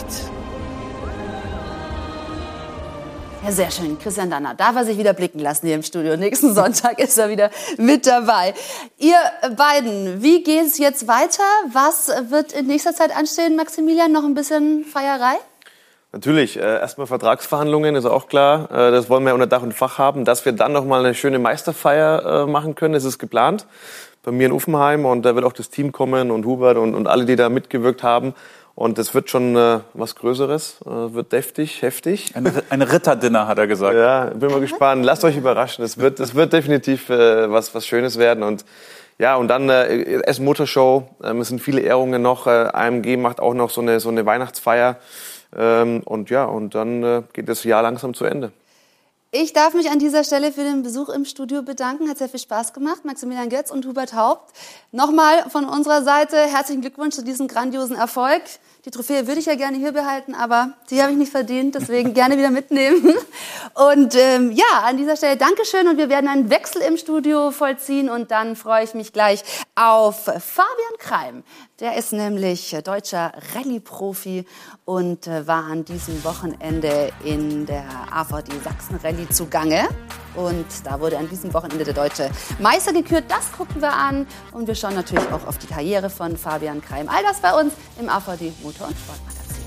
A: Ja, sehr schön. Christian Danner darf er sich wieder blicken lassen hier im Studio. Nächsten Sonntag ist er wieder mit dabei. Ihr beiden, wie geht es jetzt weiter? Was wird in nächster Zeit anstehen, Maximilian? Noch ein bisschen Feierei?
B: Natürlich, äh, erstmal Vertragsverhandlungen, ist auch klar. Äh, das wollen wir unter Dach und Fach haben. Dass wir dann noch mal eine schöne Meisterfeier äh, machen können, das ist geplant. Bei mir in Uffenheim, und da wird auch das Team kommen und Hubert und, und alle, die da mitgewirkt haben. Und es wird schon äh, was Größeres, äh, wird deftig, heftig.
C: Ein, ein Ritterdinner, hat er gesagt.
B: Ja, bin mal gespannt. Lasst euch überraschen. Es wird, es wird definitiv äh, was, was Schönes werden. Und ja, und dann äh, S-Motorshow. Ähm, es sind viele Ehrungen noch. Äh, A M G macht auch noch so eine, so eine Weihnachtsfeier. Ähm, und ja, und dann äh, geht das Jahr langsam zu Ende.
A: Ich darf mich an dieser Stelle für den Besuch im Studio bedanken. Hat sehr viel Spaß gemacht. Maximilian Götz und Hubert Haupt. Nochmal von unserer Seite herzlichen Glückwunsch zu diesem grandiosen Erfolg. Die Trophäe würde ich ja gerne hier behalten, aber die habe ich nicht verdient, deswegen gerne wieder mitnehmen. Und ähm, ja, an dieser Stelle Dankeschön und wir werden einen Wechsel im Studio vollziehen und dann freue ich mich gleich auf Fabian Kreim. Der ist nämlich deutscher Rallye-Profi und äh, war an diesem Wochenende in der A V D Sachsen-Rallye zugange. Und da wurde an diesem Wochenende der deutsche Meister gekürt. Das gucken wir an. Und wir schauen natürlich auch auf die Karriere von Fabian Kreim. All das bei uns im A V D Motor- und Sportmagazin.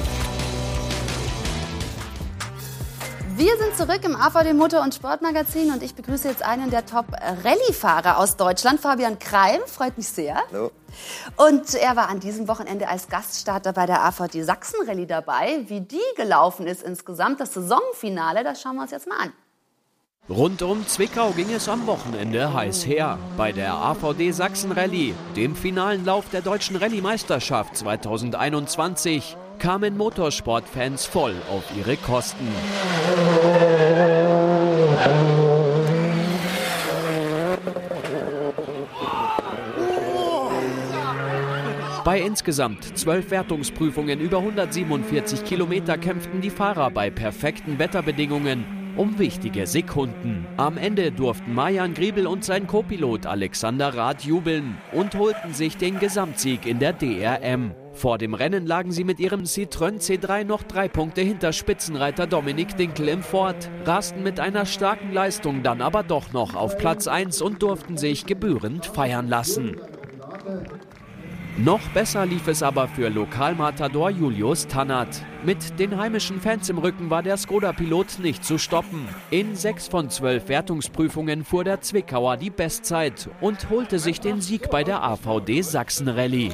A: Wir sind zurück im A V D Motor- und Sportmagazin und ich begrüße jetzt einen der Top-Rallye-Fahrer aus Deutschland, Fabian Kreim. Freut mich sehr.
N: Hallo.
A: Und er war an diesem Wochenende als Gaststarter bei der A V D Sachsen-Rallye dabei. Wie die gelaufen ist insgesamt, das Saisonfinale, das schauen wir uns jetzt mal an.
O: Rund um Zwickau ging es am Wochenende heiß her. Bei der A V D Sachsen-Rallye, dem finalen Lauf der deutschen Rallye-Meisterschaft zweitausendeinundzwanzig, kamen Motorsportfans voll auf ihre Kosten. Bei insgesamt zwölf Wertungsprüfungen über hundertsiebenundvierzig Kilometer kämpften die Fahrer bei perfekten Wetterbedingungen um wichtige Sekunden. Am Ende durften Marjan Griebel und sein Co-Pilot Alexander Rath jubeln und holten sich den Gesamtsieg in der D R M. Vor dem Rennen lagen sie mit ihrem Citroën C drei noch drei Punkte hinter Spitzenreiter Dominik Dinkel im Ford, rasten mit einer starken Leistung dann aber doch noch auf Platz eins und durften sich gebührend feiern lassen. Noch besser lief es aber für Lokalmatador Julius Tannert. Mit den heimischen Fans im Rücken war der Skoda-Pilot nicht zu stoppen. In sechs von zwölf Wertungsprüfungen fuhr der Zwickauer die Bestzeit und holte sich den Sieg bei der A V D Sachsen-Rallye.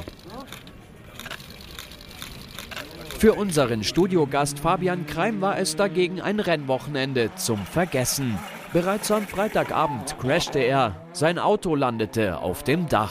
O: Für unseren Studiogast Fabian Kreim war es dagegen ein Rennwochenende zum Vergessen. Bereits am Freitagabend crashte er. Sein Auto landete auf dem Dach.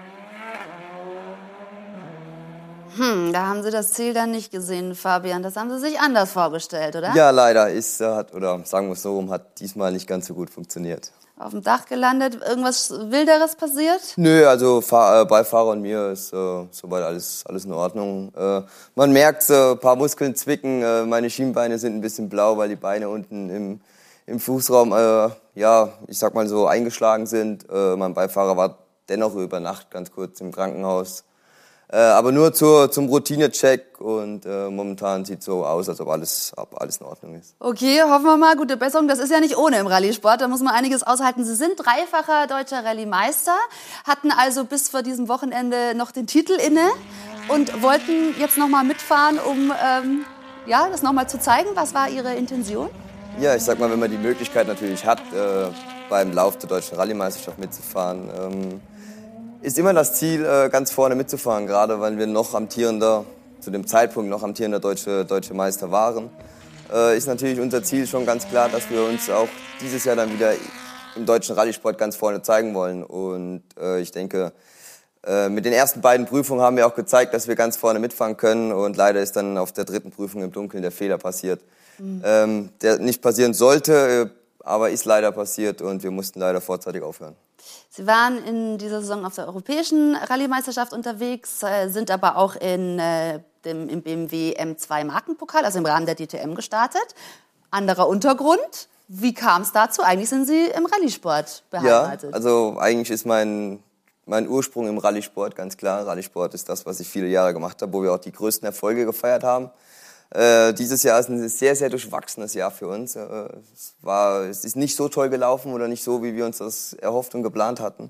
A: Hm, da haben Sie das Ziel dann nicht gesehen, Fabian. Das haben Sie sich anders vorgestellt, oder?
N: Ja, leider ist, hat, oder sagen wir es so rum, hat diesmal nicht ganz so gut funktioniert.
A: Auf dem Dach gelandet, irgendwas Wilderes passiert?
N: Nö, also Fahr- äh, Beifahrer und mir ist äh, soweit alles, alles in Ordnung. Äh, man merkt, äh, ein paar Muskeln zwicken, äh, meine Schienbeine sind ein bisschen blau, weil die Beine unten im, im Fußraum, äh, ja, ich sag mal so, eingeschlagen sind. Äh, mein Beifahrer war dennoch über Nacht ganz kurz im Krankenhaus. Äh, aber nur zur, zum Routinecheck und äh, momentan sieht so aus, als ob alles, ob alles in Ordnung ist.
A: Okay, hoffen wir mal, gute Besserung. Das ist ja nicht ohne im Rallye-Sport, da muss man einiges aushalten. Sie sind dreifacher deutscher Rallye-Meister, hatten also bis vor diesem Wochenende noch den Titel inne und wollten jetzt noch mal mitfahren, um ähm, ja, das noch mal zu zeigen. Was war Ihre Intention?
N: Ja, ich sag mal, wenn man die Möglichkeit natürlich hat, äh, beim Lauf der deutschen Rallye-Meisterschaft mitzufahren, ähm, ist immer das Ziel, ganz vorne mitzufahren, gerade weil wir noch amtierender, zu dem Zeitpunkt noch amtierender deutsche, deutsche Meister waren. Äh, ist natürlich unser Ziel schon ganz klar, dass wir uns auch dieses Jahr dann wieder im deutschen Rallye-Sport ganz vorne zeigen wollen. Und äh, ich denke, äh, mit den ersten beiden Prüfungen haben wir auch gezeigt, dass wir ganz vorne mitfahren können. Und leider ist dann auf der dritten Prüfung im Dunkeln der Fehler passiert, mhm. ähm, der nicht passieren sollte, aber ist leider passiert und wir mussten leider vorzeitig aufhören.
A: Sie waren in dieser Saison auf der europäischen Rallye-Meisterschaft unterwegs, sind aber auch in, äh, dem, im B M W M zwei Markenpokal, also im Rahmen der D T M gestartet. Anderer Untergrund. Wie kam es dazu? Eigentlich sind Sie im Rallye-Sport beheimatet.
N: Ja, also eigentlich ist mein, mein Ursprung im Rallye-Sport ganz klar. Rallye-Sport ist das, was ich viele Jahre gemacht habe, wo wir auch die größten Erfolge gefeiert haben. Äh, dieses Jahr ist ein sehr, sehr durchwachsenes Jahr für uns. Äh, es, war, es ist nicht so toll gelaufen oder nicht so, wie wir uns das erhofft und geplant hatten.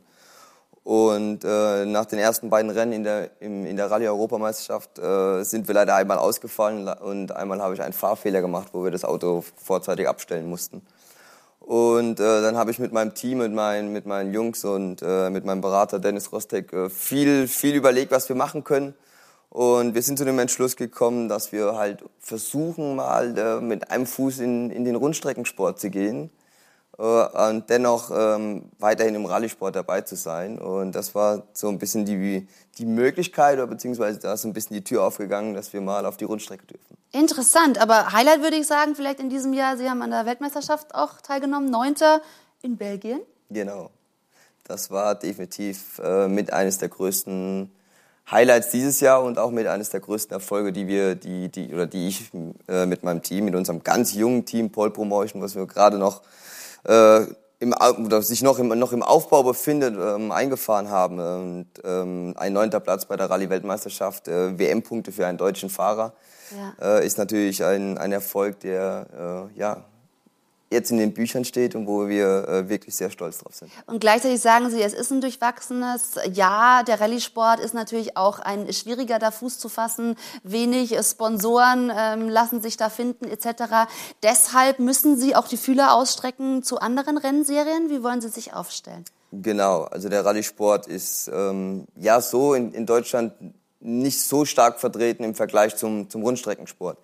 N: Und äh, nach den ersten beiden Rennen in der, im, in der Rallye-Europameisterschaft äh, sind wir leider einmal ausgefallen und einmal habe ich einen Fahrfehler gemacht, wo wir das Auto vorzeitig abstellen mussten. Und äh, dann habe ich mit meinem Team, mit meinen, mit meinen Jungs und äh, mit meinem Berater Dennis Rostek äh, viel, viel überlegt, was wir machen können. Und wir sind zu dem Entschluss gekommen, dass wir halt versuchen, mal äh, mit einem Fuß in, in den Rundstreckensport zu gehen äh, und dennoch ähm, weiterhin im Rallye-Sport dabei zu sein. Und das war so ein bisschen die, die Möglichkeit, oder beziehungsweise da ist so ein bisschen die Tür aufgegangen, dass wir mal auf die Rundstrecke dürfen.
A: Interessant, aber Highlight würde ich sagen, vielleicht in diesem Jahr, Sie haben an der Weltmeisterschaft auch teilgenommen, Neunter in Belgien.
N: Genau, das war definitiv äh, mit eines der größten Highlights dieses Jahr und auch mit eines der größten Erfolge, die wir, die, die oder die ich äh, mit meinem Team, mit unserem ganz jungen Team Pole Promotion, was wir gerade noch äh, im oder sich noch im noch im Aufbau befindet, ähm, eingefahren haben. Und ähm, ein neunter Platz bei der Rallye-Weltmeisterschaft, äh, W M-Punkte für einen deutschen Fahrer, ja. äh, ist natürlich ein ein Erfolg, der äh, ja jetzt in den Büchern steht und wo wir äh, wirklich sehr stolz drauf sind.
A: Und gleichzeitig sagen Sie, es ist ein durchwachsenes Jahr. Der Rallye-Sport ist natürlich auch ein schwieriger, da Fuß zu fassen. Wenig Sponsoren ähm, lassen sich da finden et cetera. Deshalb müssen Sie auch die Fühler ausstrecken zu anderen Rennserien. Wie wollen Sie sich aufstellen?
N: Genau, also der Rallye-Sport ist ähm, ja so in, in Deutschland nicht so stark vertreten im Vergleich zum, zum Rundstreckensport.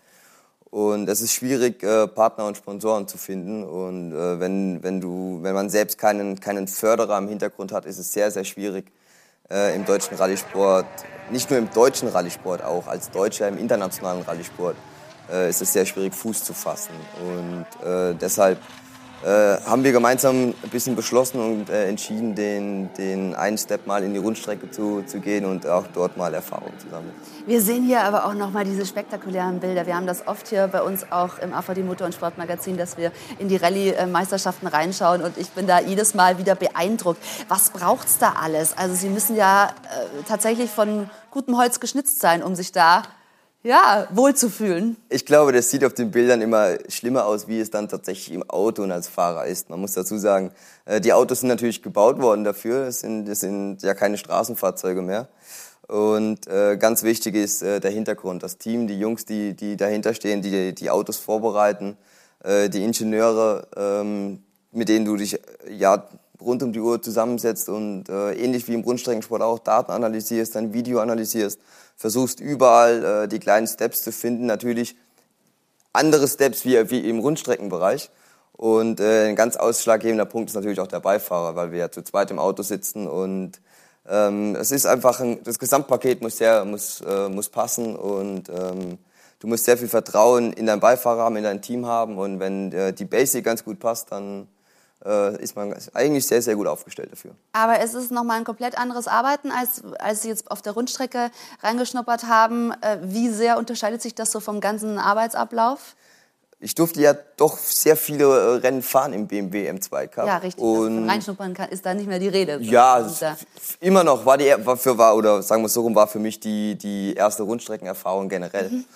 N: Und es ist schwierig, äh, Partner und Sponsoren zu finden. Und äh, wenn, wenn, du, wenn man selbst keinen, keinen Förderer im Hintergrund hat, ist es sehr, sehr schwierig, äh, im deutschen Rallye-Sport, nicht nur im deutschen Rallye-Sport, auch als Deutscher im internationalen Rallye-Sport, äh, ist es sehr schwierig, Fuß zu fassen. Und äh, deshalb äh, haben wir gemeinsam ein bisschen beschlossen und äh, entschieden, den, den einen Step mal in die Rundstrecke zu, zu gehen und auch dort mal Erfahrung zu sammeln.
A: Wir sehen hier aber auch noch mal diese spektakulären Bilder. Wir haben das oft hier bei uns auch im A V D Motor- und Sportmagazin, dass wir in die Rallye-Meisterschaften reinschauen und ich bin da jedes Mal wieder beeindruckt. Was braucht's da alles? Also Sie müssen ja äh, tatsächlich von gutem Holz geschnitzt sein, um sich da ja, wohlzufühlen.
N: Ich glaube, das sieht auf den Bildern immer schlimmer aus, wie es dann tatsächlich im Auto und als Fahrer ist. Man muss dazu sagen, äh, die Autos sind natürlich gebaut worden dafür. Es sind, es sind ja keine Straßenfahrzeuge mehr. Und äh, ganz wichtig ist äh, der Hintergrund, das Team, die Jungs, die, die dahinter stehen, die die Autos vorbereiten, äh, die Ingenieure, ähm, mit denen du dich ja rund um die Uhr zusammensetzt und äh, ähnlich wie im Rundstreckensport auch Daten analysierst, dann Video analysierst, versuchst überall äh, die kleinen Steps zu finden, natürlich andere Steps wie, wie im Rundstreckenbereich. Und äh, ein ganz ausschlaggebender Punkt ist natürlich auch der Beifahrer, weil wir ja zu zweit im Auto sitzen und ähm, es ist einfach ein, das Gesamtpaket muss sehr muss äh, muss passen und ähm, du musst sehr viel Vertrauen in deinen Beifahrer haben, in dein Team haben und wenn äh, die Basic ganz gut passt, dann äh, ist man eigentlich sehr sehr gut aufgestellt dafür.
A: Aber es ist nochmal ein komplett anderes Arbeiten, als als Sie jetzt auf der Rundstrecke reingeschnuppert haben. Äh, wie sehr unterscheidet sich das so vom ganzen Arbeitsablauf?
N: Ich durfte ja doch sehr viele Rennen fahren im B M W M zwei Cup.
A: Ja, richtig. Und von reinschnuppern kann, ist da nicht mehr die Rede.
N: Ja, immer noch war die war für war oder sagen wir es so rum war für mich die die erste Rundstreckenerfahrung generell. Mhm.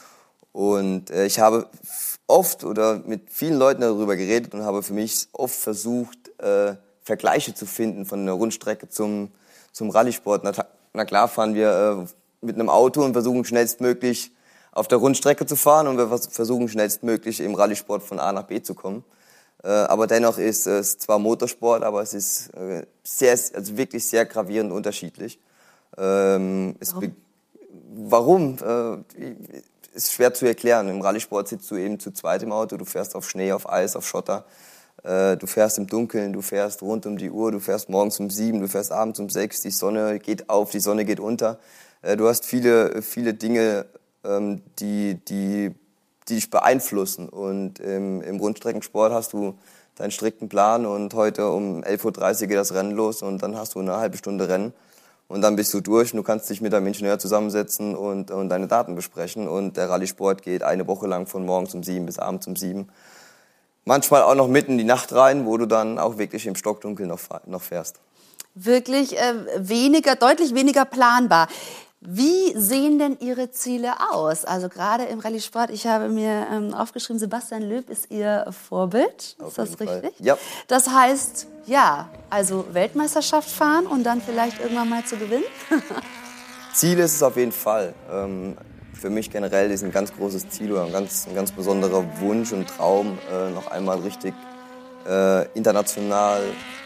N: Und äh, ich habe oft oder mit vielen Leuten darüber geredet und habe für mich oft versucht äh, Vergleiche zu finden von der Rundstrecke zum zum Rallye-Sport. Na, na klar fahren wir äh, mit einem Auto und versuchen schnellstmöglich auf der Rundstrecke zu fahren und wir versuchen schnellstmöglich im Rallye-Sport von A nach B zu kommen. Äh, aber dennoch ist es zwar Motorsport, aber es ist äh, sehr, also wirklich sehr gravierend unterschiedlich. Ähm, es warum? Warum? Äh, ist schwer zu erklären. Im Rallye-Sport sitzt du eben zu zweit im Auto, du fährst auf Schnee, auf Eis, auf Schotter. Äh, du fährst im Dunkeln, du fährst rund um die Uhr, du fährst morgens um sieben, du fährst abends um sechs, die Sonne geht auf, die Sonne geht unter. Äh, du hast viele, viele Dinge, Die, die, die dich beeinflussen. Und im, im Rundstreckensport hast du deinen strikten Plan und heute um elf Uhr dreißig geht das Rennen los und dann hast du eine halbe Stunde Rennen und dann bist du durch und du kannst dich mit deinem Ingenieur zusammensetzen und, und deine Daten besprechen und der Rallye-Sport geht eine Woche lang von morgens um sieben bis abends um sieben. Manchmal auch noch mitten in die Nacht rein, wo du dann auch wirklich im Stockdunkel noch, noch fährst.
A: Wirklich äh, weniger, deutlich weniger planbar. Wie sehen denn Ihre Ziele aus? Also gerade im Rallye-Sport, ich habe mir ähm, aufgeschrieben, Sebastian Loeb ist Ihr Vorbild. Ist das richtig?
N: Ja.
A: Das heißt, ja, also Weltmeisterschaft fahren und dann vielleicht irgendwann mal zu gewinnen?
N: Ziel ist es auf jeden Fall. Ähm, für mich generell ist ein ganz großes Ziel oder ein ganz, ein ganz besonderer Wunsch und Traum, äh, noch einmal richtig äh, international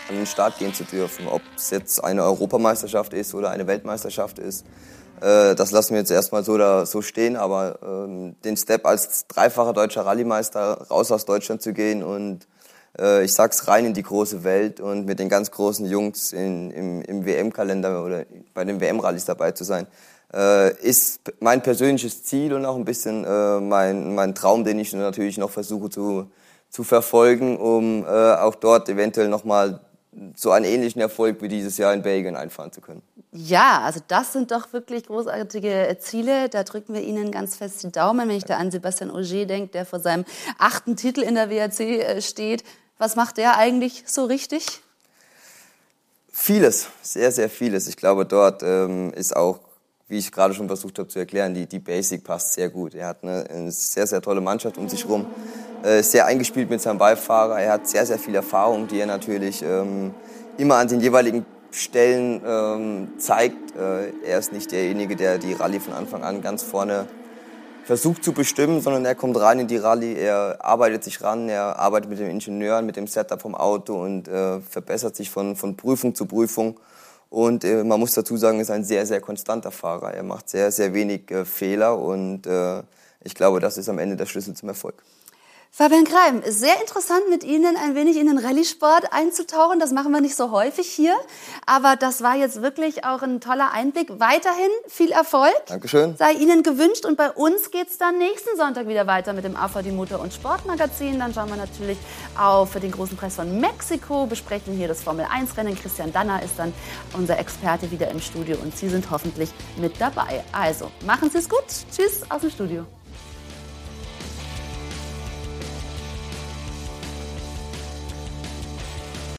N: an den Start gehen zu dürfen. Ob es jetzt eine Europameisterschaft ist oder eine Weltmeisterschaft ist, äh, das lassen wir jetzt erstmal so, da, so stehen. Aber ähm, den Step als dreifacher deutscher Rallye-Meister raus aus Deutschland zu gehen und äh, ich sag's rein in die große Welt und mit den ganz großen Jungs in, im, im W M-Kalender oder bei den W M-Rallyes dabei zu sein, äh, ist mein persönliches Ziel und auch ein bisschen äh, mein, mein Traum, den ich natürlich noch versuche zu zu verfolgen, um äh, auch dort eventuell nochmal so einen ähnlichen Erfolg wie dieses Jahr in Belgien einfahren zu können.
A: Ja, also das sind doch wirklich großartige Ziele. Da drücken wir Ihnen ganz fest die Daumen, wenn ich da an Sebastian Ogier denke, der vor seinem achten Titel in der W R C steht. Was macht der eigentlich so richtig?
N: Vieles, sehr, sehr vieles. Ich glaube, dort ähm, ist auch, wie ich gerade schon versucht habe zu erklären, die, die Basic passt sehr gut. Er hat eine, eine sehr, sehr tolle Mannschaft um sich herum. Äh, sehr eingespielt mit seinem Beifahrer. Er hat sehr, sehr viel Erfahrung, die er natürlich ähm, immer an den jeweiligen Stellen ähm, zeigt. Äh, er ist nicht derjenige, der die Rallye von Anfang an ganz vorne versucht zu bestimmen, sondern er kommt rein in die Rallye, er arbeitet sich ran, er arbeitet mit den Ingenieuren, mit dem Setup vom Auto und äh, verbessert sich von, von Prüfung zu Prüfung. Und äh, man muss dazu sagen, er ist ein sehr, sehr konstanter Fahrer. Er macht sehr, sehr wenig äh, Fehler und äh, ich glaube, das ist am Ende der Schlüssel zum Erfolg.
A: Fabian Greim, sehr interessant mit Ihnen ein wenig in den Rallye-Sport einzutauchen. Das machen wir nicht so häufig hier, aber das war jetzt wirklich auch ein toller Einblick. Weiterhin viel Erfolg.
N: Dankeschön.
A: Sei Ihnen gewünscht und bei uns geht's dann nächsten Sonntag wieder weiter mit dem A V D Motor- und Sportmagazin. Dann schauen wir natürlich auf den großen Preis von Mexiko, besprechen hier das Formel eins Rennen. Christian Danner ist dann unser Experte wieder im Studio und Sie sind hoffentlich mit dabei. Also, machen Sie es gut. Tschüss aus dem Studio.